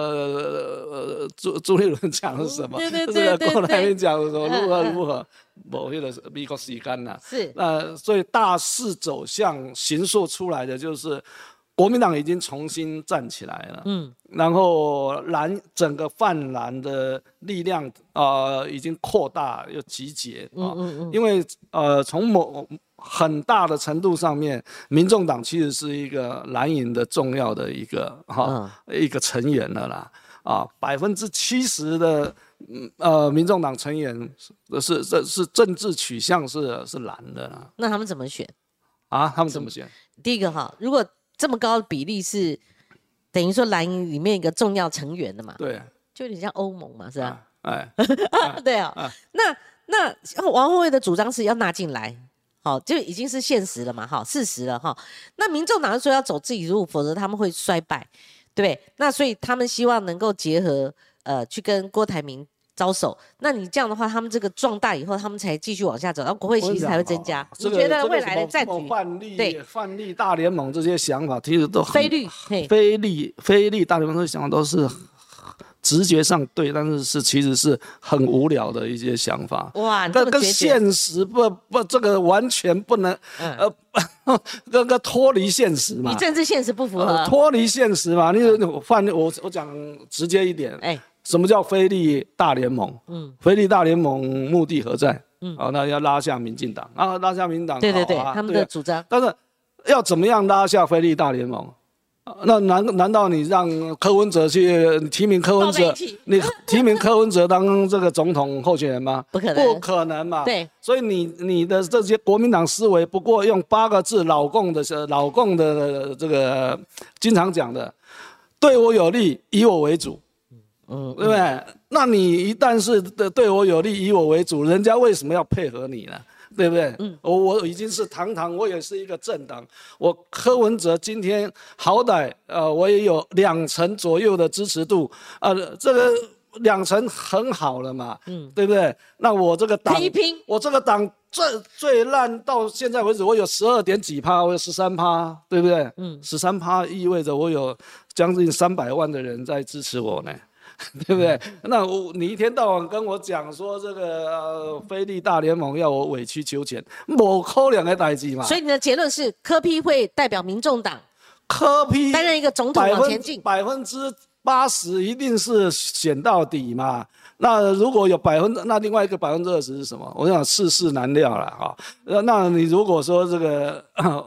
朱立伦讲了什么，这个郭台铭讲了什么，如何，某那个美国时间呐， 是， 所以大势走向形塑出来的就是。 国民党已经重新站起来了，然后整个泛蓝的力量已经扩大又集结因为从很大的程度上面，民众党其实是一个蓝营的重要的一个成员了啦，70%的民众党成员是政治取向是蓝的啦。 那他们怎么选啊？他们怎么选？ 第一个如果这么高的比例是等于说蓝营里面一个重要成员的嘛？ 对， 就有点像欧盟嘛，是吧？对啊。那王宏卫的主张是要纳进来。就已经是现实了嘛，事实了那民众党说要走自己路，否则他们会衰败，对不对？那所以他们希望能够结合去跟郭台铭招手。那你这样的话，他们这个壮大以后，他们才继续往下走，然后国会席次才会增加。你觉得未来的战局？ 泛绿大联盟这些想法，其实都非绿大联盟这些想法都是。直觉上对，但是其实是很无聊的一些想法。 哇， 跟现实这个完全不能跟脱离现实嘛。 你政治现实不符合。 脱离现实嘛，我讲直接一点，什么叫非利大联盟？非利大联盟目的何在？那要拉下民进党拉下民进党。 对，他们的主张。 但是要怎么样拉下非利大联盟？那难道你让柯文哲去提名柯文哲？你提名柯文哲当这个总统候选人吗？ 不可能嘛。 对， 所以你的这些国民党思维，不过用8个字，老共的这个经常讲的，对我有利，以我为主。对不对？那你一旦是对我有利，以我为主，人家为什么要配合你呢？对不对？我已经是堂，我也是一个政党。我柯文哲今天好歹我也有2成左右的支持度这个2成很好了嘛，对不对？那我这个党，我这个党最烂到现在为止，我有12点几%，我有13%，对不对？13%意味着我有将近300万的人在支持我呢。对不对？那你一天到晚跟我讲说这个非利大联盟要我委曲求全，没可能的代志嘛。 所以你的结论是柯 P 会代表民众党， 柯 P 担任一个总统往前进 ，80%一定是选到底嘛。那如果有那另外一个20%是什么？我想世事难料了那你如果说这个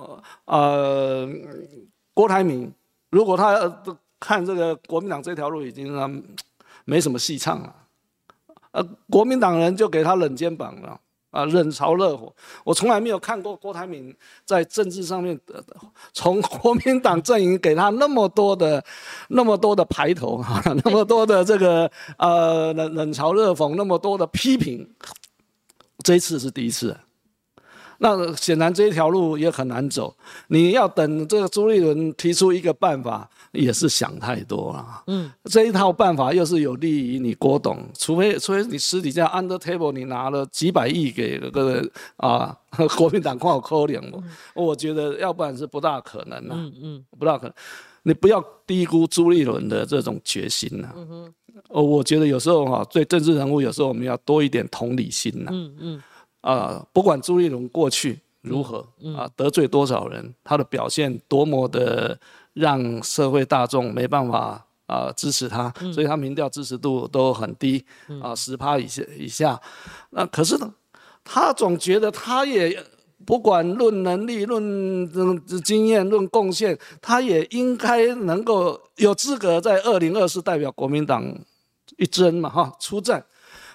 郭台铭，如果他看这个国民党这条路已经没什么戏唱了，国民党人就给他冷肩膀了冷嘲热讽。我从来没有看过郭台铭在政治上面从国民党阵营给他那么多的排头那么多的这个冷嘲热讽，那么多的批评，这一次是第一次。那显然这一条路也很难走，你要等这个朱立伦提出一个办法，也是想太多了。这一套办法又是有利于你郭董，除非你私底下 under table 你拿了几百亿给这个国民党看有可能，我觉得要不然是不大可能不大可能。你不要低估朱立伦的这种决心我觉得有时候对政治人物有时候我们要多一点同理心不管朱立伦过去如何得罪多少人，他的表现多么的让社会大众没办法支持他，所以他民调支持度都很低10%以下。那可是呢，他总觉得他也不管论能力、论经验、论贡献，他也应该能够有资格在2024代表国民党一争嘛出战。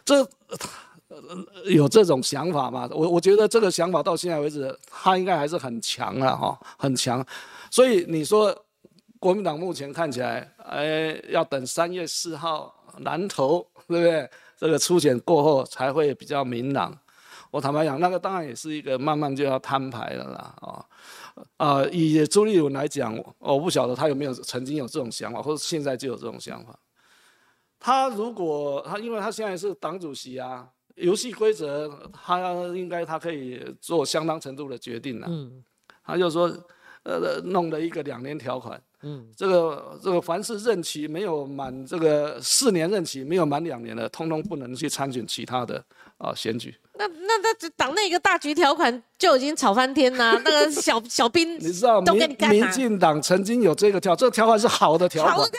有这种想法吗？我觉得这个想法到现在为止，他应该还是很强了很强。所以你说国民党目前看起来，要等3月4号南投，对不对？这个初选过后才会比较明朗。我坦白讲，那个当然也是一个慢慢就要摊牌了啦以朱立伦来讲，我不晓得他有没有曾经有这种想法，或者现在就有这种想法。因为他现在是党主席游戏规则他可以做相当程度的决定他就说弄了一个2年条款这个凡是任期没有满这个4年任期没有满2年的，通通不能去参选其他的选举。 那党内一个大局条款就已经吵翻天啦，那个小兵你知道民进党曾经有这个这个条款是好的条款。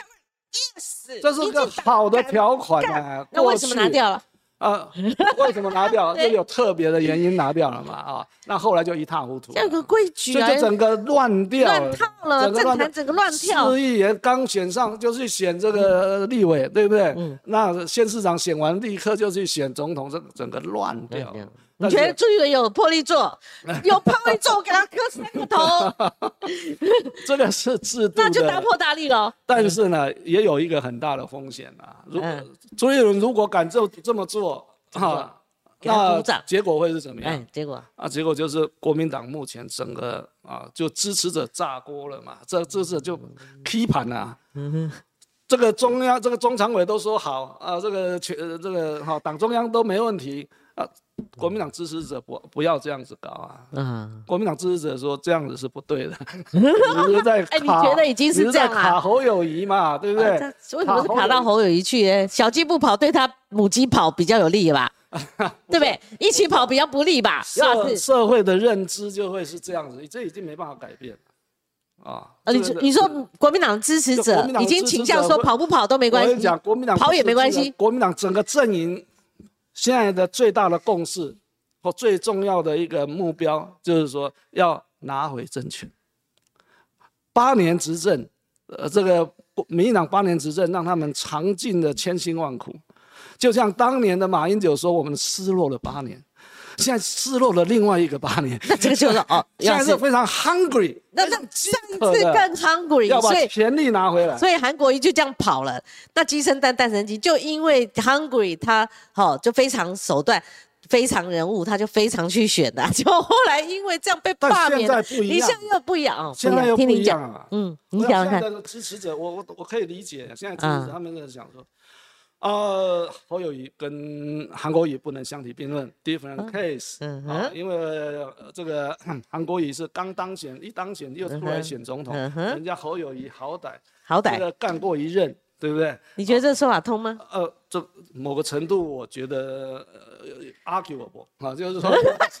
Yes， 这是个好的条款啊！ 那为什么拿掉了？ 为什么拿掉？就有特别的原因拿掉了嘛那后来就一塌糊涂。 这有个规矩就整个乱掉了， 乱套了，政坛整个乱跳。 市议员刚选上就去选这个立委，对不对？那县市长选完立刻就去选总统，这整个乱掉了。 你觉得朱立伦有魄力做？有魄力做，我给他磕3个头。 这个是制度的， 那就大破大立了。 但是呢，也有一个很大的风险朱立伦如果敢这么做那结果会是怎么样？ 结果就是国民党目前整个就支持者炸锅了嘛，这是就批判了。这个中央这个中常委都说好这个党中央都没问题国民党支持者不要这样子搞国民党支持者说这样子是不对的。你觉得已经是这样卡侯友宜嘛，对不对？ 为什么是卡到侯友宜去呢？小鸡不跑对他母鸡跑比较有利吧？对不对？一起跑比较不利吧？ 社会的认知就会是这样子，这已经没办法改变你说国民党支持者已经倾向说跑不跑都没关系， 我跟你讲，国民党跑也没关系。 国民党整个阵营现在的最大的共识或最重要的一个目标，就是说要拿回政权。8年执政，这个民进党8年执政，让他们尝尽了千辛万苦。就像当年的马英九说，我们失落了8年。现在失落了另外一个8年， 那这个就是现在是非常 hungry， 那上次更 hungry， 要把权力拿回来。 所以韩国瑜就这样跑了。那鸡生蛋，蛋生鸡，就因为 hungry， 他就非常手段，非常人物，他就非常去选的。就后来因为这样被罢免了，你现在又不一样现在又不一样啊。 你想想看， 现在的支持者，我可以理解，现在支持者他们在想说。侯友宜跟韩国瑜不能相提并论 ，different case。因为这个韩国瑜是刚当选，一当选又出来选总统，人家侯友宜好歹这个干过一任，对不对？ 你觉得这说法通吗？ 这某个程度我觉得arguable 就是说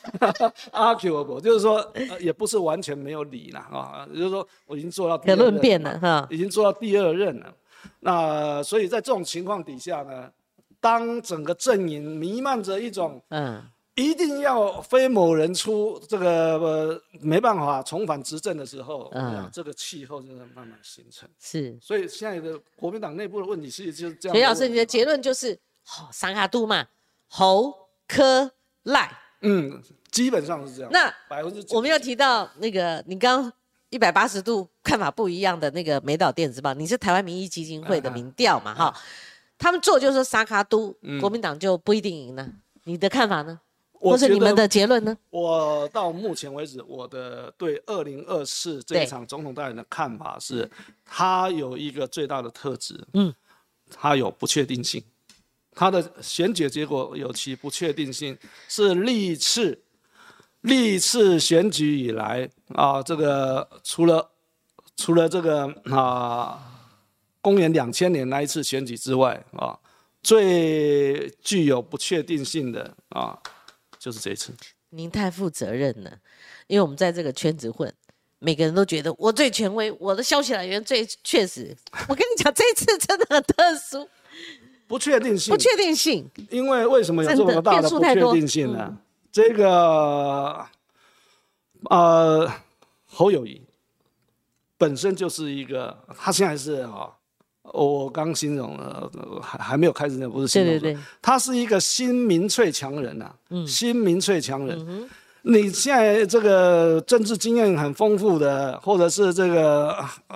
arguable， 就是说也不是完全没有理啦就是说我已经做到可论辩了已经做到第2任了。那所以在这种情况底下呢，当整个阵营弥漫着一种一定要非某人出这个没办法重返执政的时候，这个气候就在慢慢形成。 是， 所以现在的国民党内部的问题是就是这样。 裴老师，你的结论就是三卡都嘛，侯柯赖， 基本上是这样。 那 90% 我们又提到那个你刚180度看法不一样的那个美岛电子报，你是台湾民意基金会的民调嘛他们做就是三卡都，国民党就不一定赢了。你的看法呢？或是你们的结论呢？ 我到目前为止，我的对2024这一场总统大选的看法是，它有一个最大的特质，它有不确定性，它的选举结果有其不确定性，是历次选举以来这个除了这个公元2000年那一次选举之外最具有不确定性的就是这一次。 您太负责任了，因为我们在这个圈子混，每个人都觉得我最权威，我的消息来源最确实。我跟你讲，这一次真的很特殊， 不确定性。因为为什么有这么大的不确定性呢？这个侯友宜本身就是一个，他现在是我刚形容还没有开始那不是形容，对，他是一个新民粹强人新民粹强人。你现在这个政治经验很丰富的，或者是这个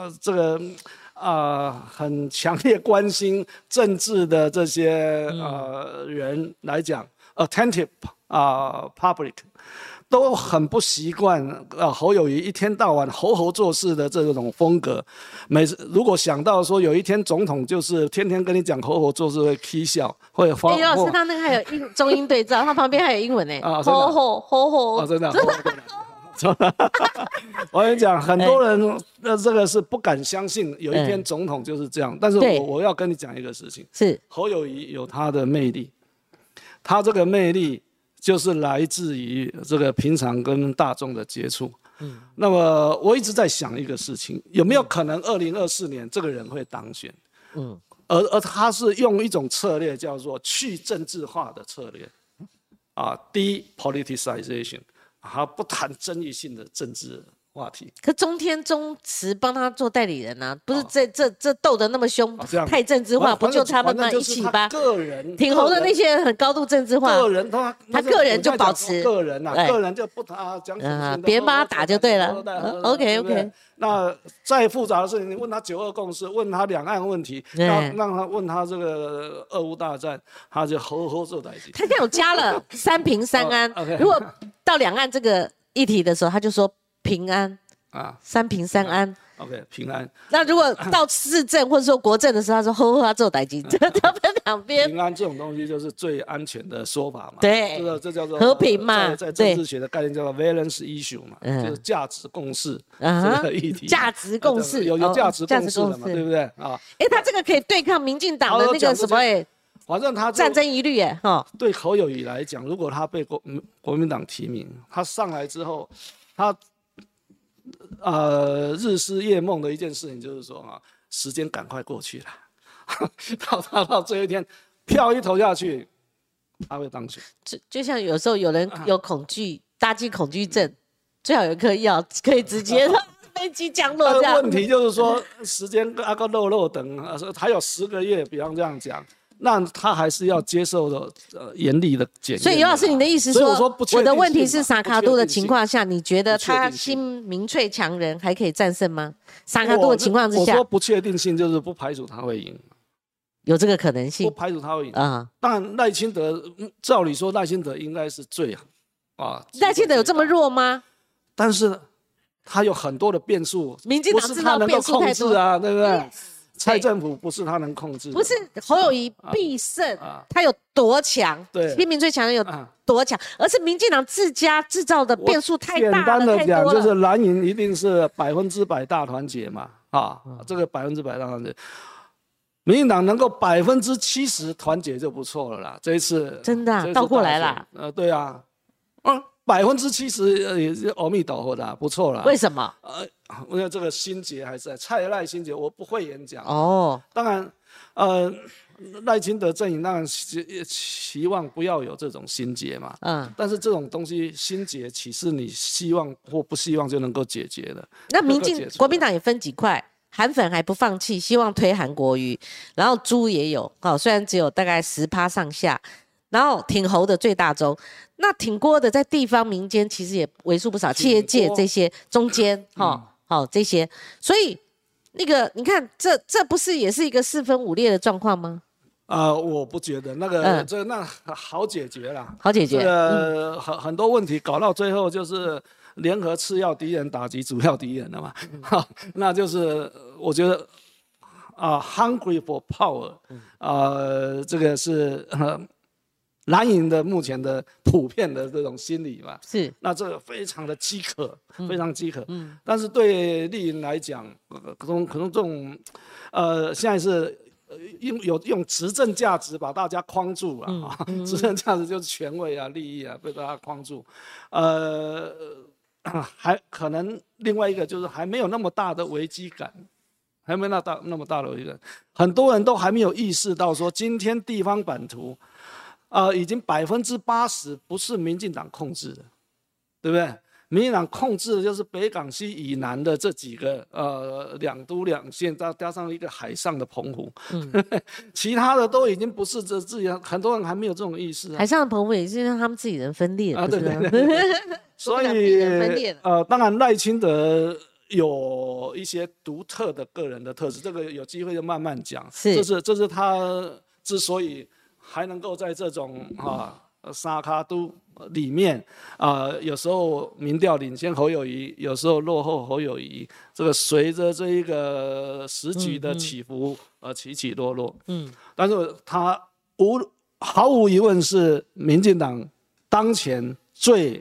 很强烈关心政治的这些人来讲，attentive public。都很不习惯侯友宜一天到晚吼做事的这种风格。每次如果想到说有一天总统就是天天跟你讲吼做事，会起笑，会发。 老师他那个还有中英对照，他旁边还有英文呢。吼， 真的。 我跟你讲，很多人这个是不敢相信，有一天总统就是这样。但是我要跟你讲一个事情， 是侯友宜有他的魅力，他这个魅力就是来自于这个平常跟大众的接触。那么我一直在想一个事情，有没有可能2024年这个人会当选？而他是用一种策略叫做去政治化的策略，depoliticization， 他不谈争议性的政治话题。 可中天中慈帮他做代理人啊，不是这斗得那么凶，太政治化，不就他们那一起吧？ 个人挺红的那些人很高度政治化， 个人他个人就保持个人个人就不他讲别人帮他打就对了。OK。 那再复杂的事情，你问他9·2共识，问他两岸问题，让他问他这个俄乌大战，他就吼做代志。 他现在有加了3平3安，如果到两岸这个议题的时候，他就说平安3平3安。 OK， 平安。 那如果到市政或者说国政的时候，他说吼他做代志，这要分两边。 平安这种东西就是最安全的说法嘛。 对， 这叫做和平嘛。 在政治学的概念叫做 valence issue 嘛，就是价值共识这个议题。 价值共识有价值共识的嘛，对不对啊？ 他这个可以对抗民进党的那个什么反正他战争疑虑对侯友宜来讲，如果他被国民党提名，他上来之后，他日思夜梦的一件事情就是说时间赶快过去了，到最后一天票一投下去，他会当选。 就像有时候有人有恐惧，搭机恐惧症，最好有一颗药可以直接让飞机降落这样。 问题就是说时间个漏等，还有10个月，比方这样讲。那他还是要接受的严厉的检验。 所以尤老师，你的意思说，我的问题是萨卡都的情况下，你觉得他新民粹强人还可以战胜吗？萨卡都的情况之下， 我说不确定性就是不排除他会赢， 有这个可能性， 不排除他会赢啊。当然赖清德，照理说赖清德应该是最好赖清德有这么弱吗？ 但是他有很多的变数， 民进党知道变数太多啊，对不对？蔡政府不是他能控制的， 不是侯友宜必胜，他有多强？ 对， 新民粹强人有多强？而是民进党自家制造的变数太大了， 简单的讲，就是蓝营一定是100%大团结嘛，这个100%大团结，民进党能够70%团结就不错了啦。这一次真的倒过来了， 对啊，70%也是阿弥陀佛的，不错了。 为什么？ 因为这个心结还是在蔡赖心结，我不会演讲当然，赖清德阵营当然希望不要有这种心结嘛。但是这种东西心结岂是你希望或不希望就能够解决的？ 那国民党也分几块，韩粉还不放弃，希望推韩国瑜，然后猪也有虽然只有大概10%上下。然后挺侯的最大宗，那挺郭的在地方民间其实也为数不少，企业界这些中间这些，所以那个你看这不是也是一个4分5裂的状况吗？ 我不觉得那个那好解决啦， 好解决。 很多问题搞到最后就是联合次要敌人打击主要敌人了嘛，那就是我觉得hungry for power，这个是蓝营的目前的普遍的这种心理嘛， 是， 那这个非常的饥渴，非常饥渴。但是对绿营来讲，可能这种，现在是用执政价值把大家框住了执政价值就是权位啊、利益啊，被大家框住。还可能另外一个就是还没有那么大的危机感。还没那么大的危机感，很多人都还没有意识到说，今天地方版图。已经80%不是民进党控制的，对不对？民进党控制的就是北港西以南的这几个2都2县，再加上一个海上的澎湖，其他的都已经不是自己，很多人还没有这种意识。 海上的澎湖也是让他们自己人分裂的， 对。所以当然赖清德有一些独特的个人的特质，这个有机会就慢慢讲。这是他之所以。还能够在这种三卡都里面有时候民调领先侯友宜，有时候落后侯友宜，这个随着这一个时局的起伏起起落落。但是他毫无疑问是民进党当前最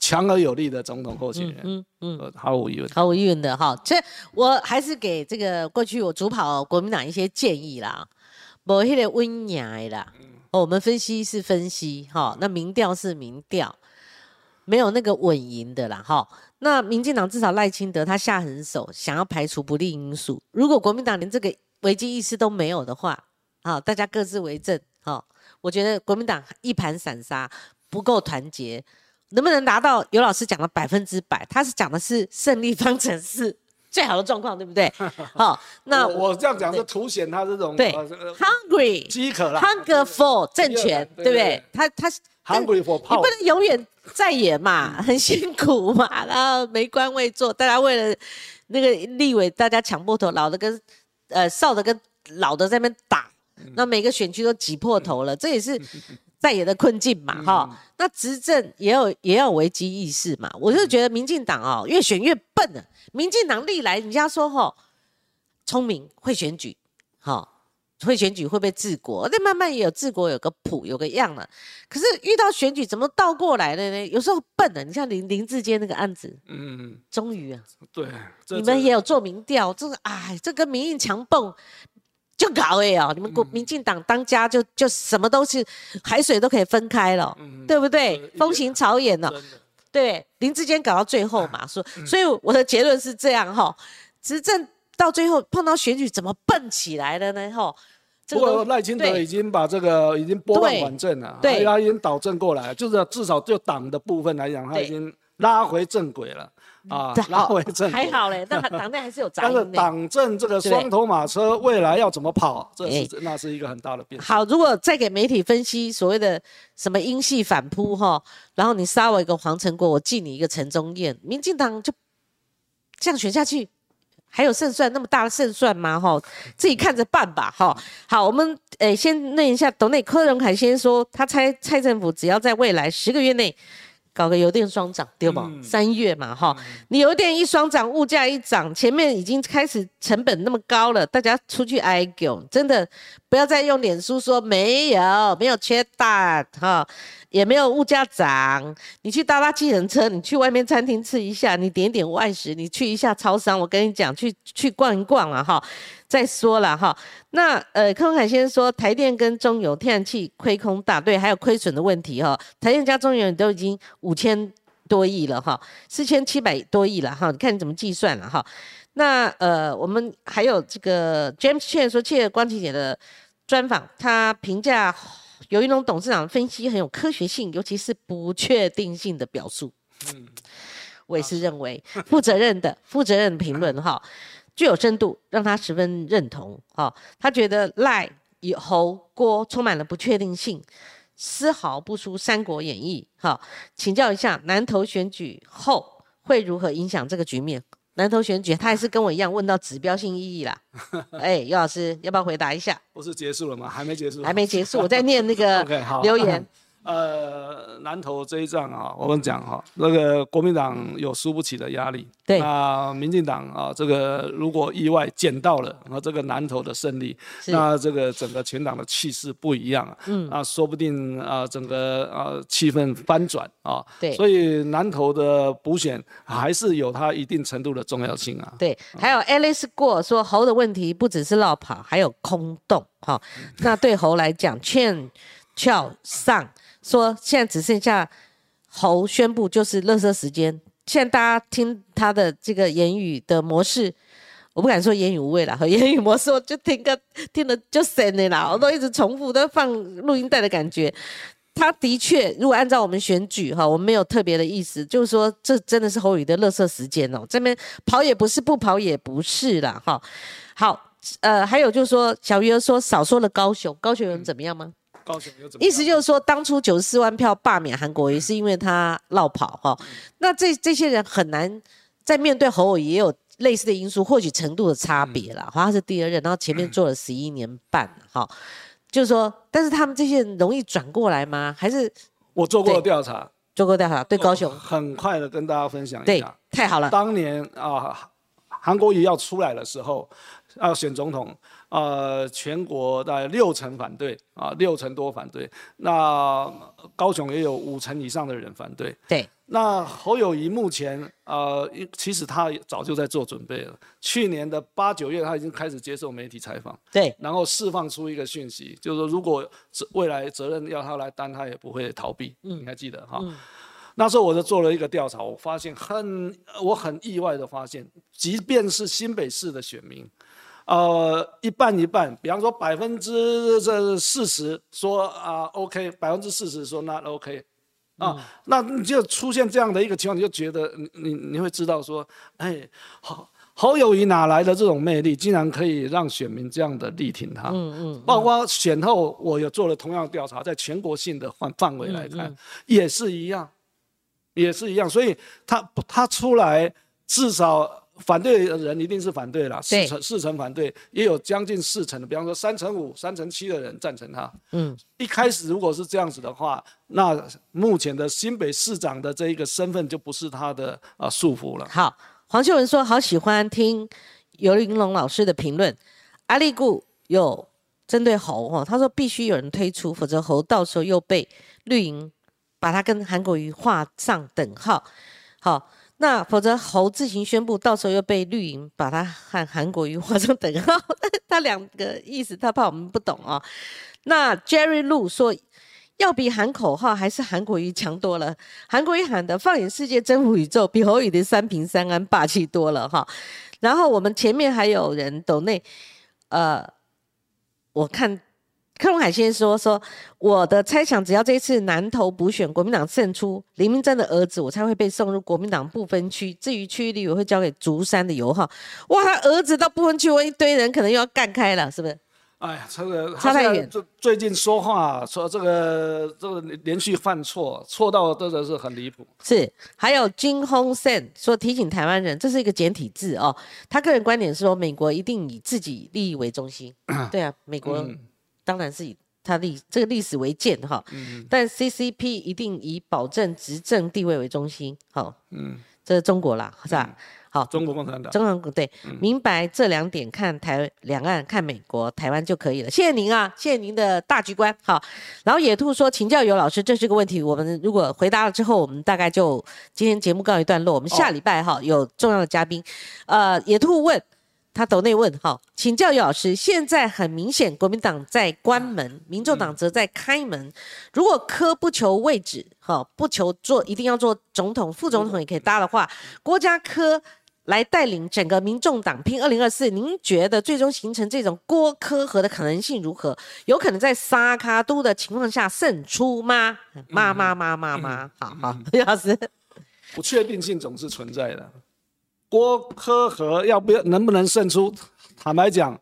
强而有力的总统候选人，毫无疑问， 毫无疑问的哈。这我还是给这个过去我主跑国民党一些建议啦，没那个温雅的啦。我们分析是分析哈，那民调是民调，没有那个稳赢的啦哈。那民进党至少赖清德他下狠手，想要排除不利因素。如果国民党连这个危机意识都没有的话，大家各自为政，我觉得国民党一盘散沙，不够团结，能不能达到尤老师讲的100%？他是讲的是胜利方程式最好的状况，对不对？好，那我这样讲是凸显他这种对hungry 饥渴啦 ，hunger for 政权，对不对？他 hungry for power， 你不能永远在野嘛，很辛苦嘛，然后没官位做，大家为了那个立委，大家抢破头，老的跟少的跟老的在那边打，那每个选区都挤破头了，这也是在野的困境嘛，哈。那执政也要有危机意识嘛。我就觉得民进党越选越笨了。民进党历来人家说聪明会选举，会选举会被治国，但慢慢也有治国有个谱有个样了。可是遇到选举怎么倒过来了呢？有时候笨了。你像林智坚那个案子，终于啊， 对， 你们也有做民调，这跟民意强蹦。就搞你们民进党当家就什么都是海水都可以分开了，对不对？风行草偃了，对，林智坚搞到最后嘛，所以我的结论是这样执政到最后碰到选举怎么笨起来了呢？ 不过赖清德已经把这个已经拨乱反正了，对，他已经导正过来，就是至少就党的部分来讲，他已经拉回正轨了。拉回正轨还好嘞，但党内还是有杂音。 但是党政这个双头马车未来要怎么跑，那是一个很大的变数。 好，如果再给媒体分析所谓的什么英系反扑然后你杀我一个黄成国，我记你一个陈宗彦，民进党就这样选下去，还有胜算那么大的胜算吗？自己看着办吧。好，我们先念一下董内柯荣凯先说，他猜蔡政府只要在未来10个月内搞个油电双涨，对吗？3月嘛，你油电一双涨，物价一涨，前面已经开始成本那么高了，大家出去哀叫，真的不要再用脸书说没有缺蛋也没有物价涨。你去搭计程车，你去外面餐厅吃一下，你点点外食，你去一下超商，我跟你讲，去逛一逛了再说了那柯文凯先生说，台电跟中油天然气亏空大，对，还有亏损的问题台电加中油都已经5000多亿了4700多亿了你看你怎么计算了那我们还有这个 James Chen 说，谢光琪姐的专访，他评价尤一龙董事长分析很有科学性，尤其是不确定性的表述。我也是认为负责任的评论具有深度，让他十分认同他觉得赖以侯郭充满了不确定性，丝毫不输《三国演义》请教一下，南投选举后会如何影响这个局面？南投选举他还是跟我一样问到指标性意义啦。尤老师要不要回答一下？ 不是结束了吗？还没结束， 我在念那个留言。 南投这一仗我们讲那个国民党有输不起的压力。 对， 那民进党这个如果意外捡到了这个南投的胜利，那这个整个全党的气势不一样说不定整个气氛翻转对， 所以南投的补选还是有它一定程度的重要性对，还有 Alice 过说侯的问题不只是落跑，还有空洞那对侯来讲，劝上。说现在只剩下侯宣布就是垃圾时间，现在大家听他的这个言语的模式，我不敢说言语无味啦，和言语模式我就听了就神的啦，我都一直重复，都放录音带的感觉。他的确，如果按照我们选举我们没有特别的意思，就是说这真的是侯友宜的垃圾时间这边跑也不是，不跑也不是啦好，还有就是说小鱼儿说少说了高雄有人怎么样吗？意思就是说，当初94万票罢免韩国瑜是因为他落跑那这些人很难在面对侯友宜也有类似的因素，或许程度的差别啦他是第二任，然后前面做了11年半就是说，但是他们这些人容易转过来吗？还是我做过调查，对高雄很快的跟大家分享一下。 对，太好了。 当年韩国瑜要出来的时候，要选总统，全国大概60%反对啊，60%多反对。那高雄也有50%以上的人反对。 对。 那侯友宜目前其实他早就在做准备了。去年的8、9月，他已经开始接受媒体采访， 对， 然后释放出一个讯息，就是说如果未来责任要他来担，他也不会逃避。你还记得哈？那时候我就做了一个调查，我发现我很意外的发现，即便是新北市的选民，一半一半，比方说40%说OK，40%说 not OK。那你就出现这样的一个情况，你就觉得你会知道说，哎，侯友宜哪来的这种魅力，竟然可以让选民这样的力挺他？包括选后，我有做了同样的调查，在全国性的范围来看，也是一样。所以他出来，至少反对的人一定是反对啦，4成反对，也有将近4成的，比方说3成5、3成7的人赞成他。一开始如果是这样子的话，那目前的新北市长的这一个身份就不是他的束缚了。 好，黄秀文说好喜欢听游玲珑老师的评论。阿力固有针对侯他说必须有人推出，否则侯到时候又被绿营把他跟韩国瑜画上等号。好。那否则侯自行宣布，到时候又被绿营把他和韩国瑜画上等号，他两个意思他怕我们不懂啊。那 Jerry Lu 说，要比喊口号还是韩国瑜强多了。韩国瑜喊的放眼世界征服宇宙，比侯友宜的3平3安霸气多了哈。然后我们前面还有人抖内，我看柯荣海先说我的猜想，只要这次南投补选国民党胜出，林明珍的儿子我才会被送入国民党不分区，至于区域立委会交给竹山的游浩。哇，他儿子到不分区，我一堆人可能又要干开了，是不是？ 哎呀，这个差太远。 最近说话说这个连续犯错到真的是很离谱。 是，还有金홍 sen说提醒台湾人，这是一个简体字哦。他个人观点是说，美国一定以自己利益为中心。对啊，美国。当然是以他这个历史为鉴哈，但 CCP 一定以保证执政地位为中心，好，这是中国啦，是吧？好， 中国共产党， 对，明白这2点，看两岸看美国台湾就可以了。谢谢您啊，谢谢您的大局观。好，然后野兔说请教游老师，这是个问题，我们如果回答了之后，我们大概就今天节目告一段落，我们下礼拜有重要的嘉宾，野兔问。他抖内问请教游老师，现在很明显国民党在关门，民众党则在开门。如果柯不求位置，不求一定要做总统、副总统也可以搭的话，郭家柯来带领整个民众党拼2024，您觉得最终形成这种郭柯合的可能性如何？有可能在沙卡都的情况下胜出吗？妈，好，游老师， 不确定性总是存在的。郭柯合能不能胜出？坦白讲，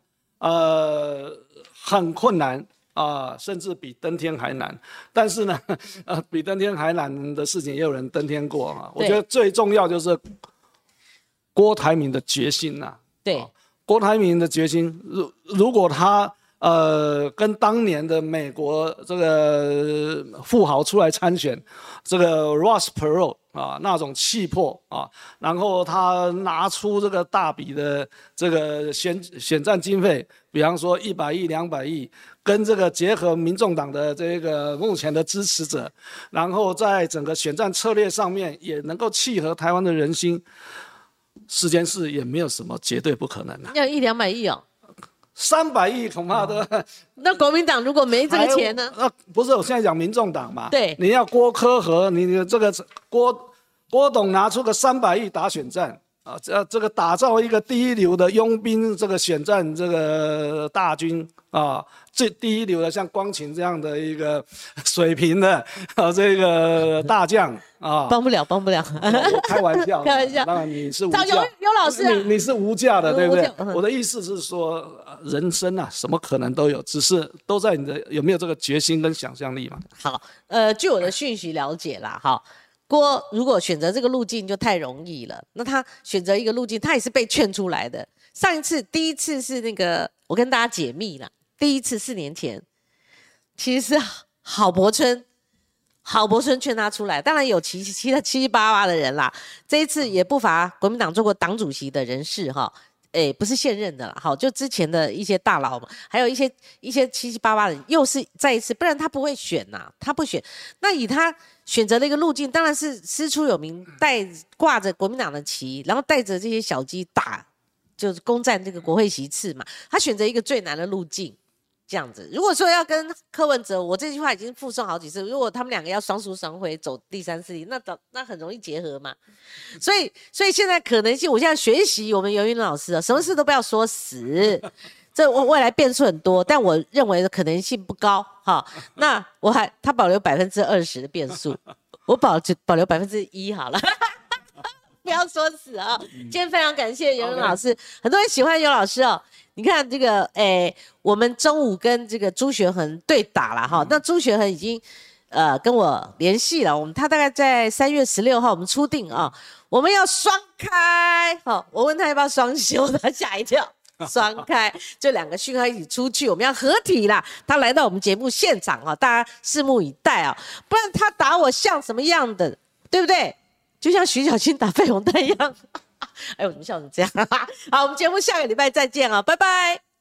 很困难甚至比登天还难。但是呢，比登天还难的事情也有人登天过啊。我觉得最重要就是郭台铭的决心呐。 对， 郭台铭的决心，如果他跟当年的美国这个富豪出来参选，这个 Ross Perot。那种气魄然后他拿出这个大笔的这个选战经费，比方说100亿、200亿，跟这个结合民众党的这个目前的支持者，然后在整个选战策略上面也能够契合台湾的人心，世间事也没有什么绝对不可能要100-200亿哦。 300亿恐怕都那国民党如果没这个钱呢？ 不是，我现在讲民众党嘛。 对， 你要郭柯合，你这个郭董拿出个300亿打选战这个打造一个第一流的佣兵这个选战这个大军最第一流的像光芹这样的一个水平的这个大将帮不了。 我开玩笑， 开玩笑。 当然你是无价， 有老师你是无价的，对不对？我的意思是说，人生什么可能都有，只是都在你的有没有这个决心跟想象力嘛。 好，据我的讯息了解啦，郭如果选择这个路径就太容易了，那他选择一个路径，他也是被劝出来的。第一次是那个，我跟大家解密啦，第一次4年前，其实是郝柏村郝柏村劝他出来，当然有其他七七八八的人啦。这一次也不乏国民党做过党主席的人士哈，不是现任的啦，好，就之前的一些大佬，还有一些七七八八的人，又是再一次，不然他不会选呐，他不选。那以他选择的一个路径，当然是师出有名，挂着国民党的旗，然后带着这些小鸡就是攻占这个国会席次嘛。他选择一个最难的路径。这样子，如果说要跟柯文哲，我这句话已经附送好几次。如果他们两个要双输双辉走第三势力，那很容易结合嘛。所以现在可能性，我现在学习我们游云老师什么事都不要说死，这未来变数很多，但我认为的可能性不高哈。那他保留20%的变数，我保留1%好了。不要说死啊！今天非常感谢游云老师，很多人喜欢游老师哦。你看这个，我们中午跟这个朱学恒对打了哈，那朱学恒已经跟我联系了，他大概在3月16号我们初定啊，我们要双开，好，我问他要不要双休，他吓一跳，双开就2个讯号一起出去，我们要合体啦，他来到我们节目现场啊，大家拭目以待啊，不然他打我像什么样的，对不对？就像徐小青打费鸿泰一样。哎，我怎么笑成这样？好，我们节目下个礼拜再见啊，拜拜。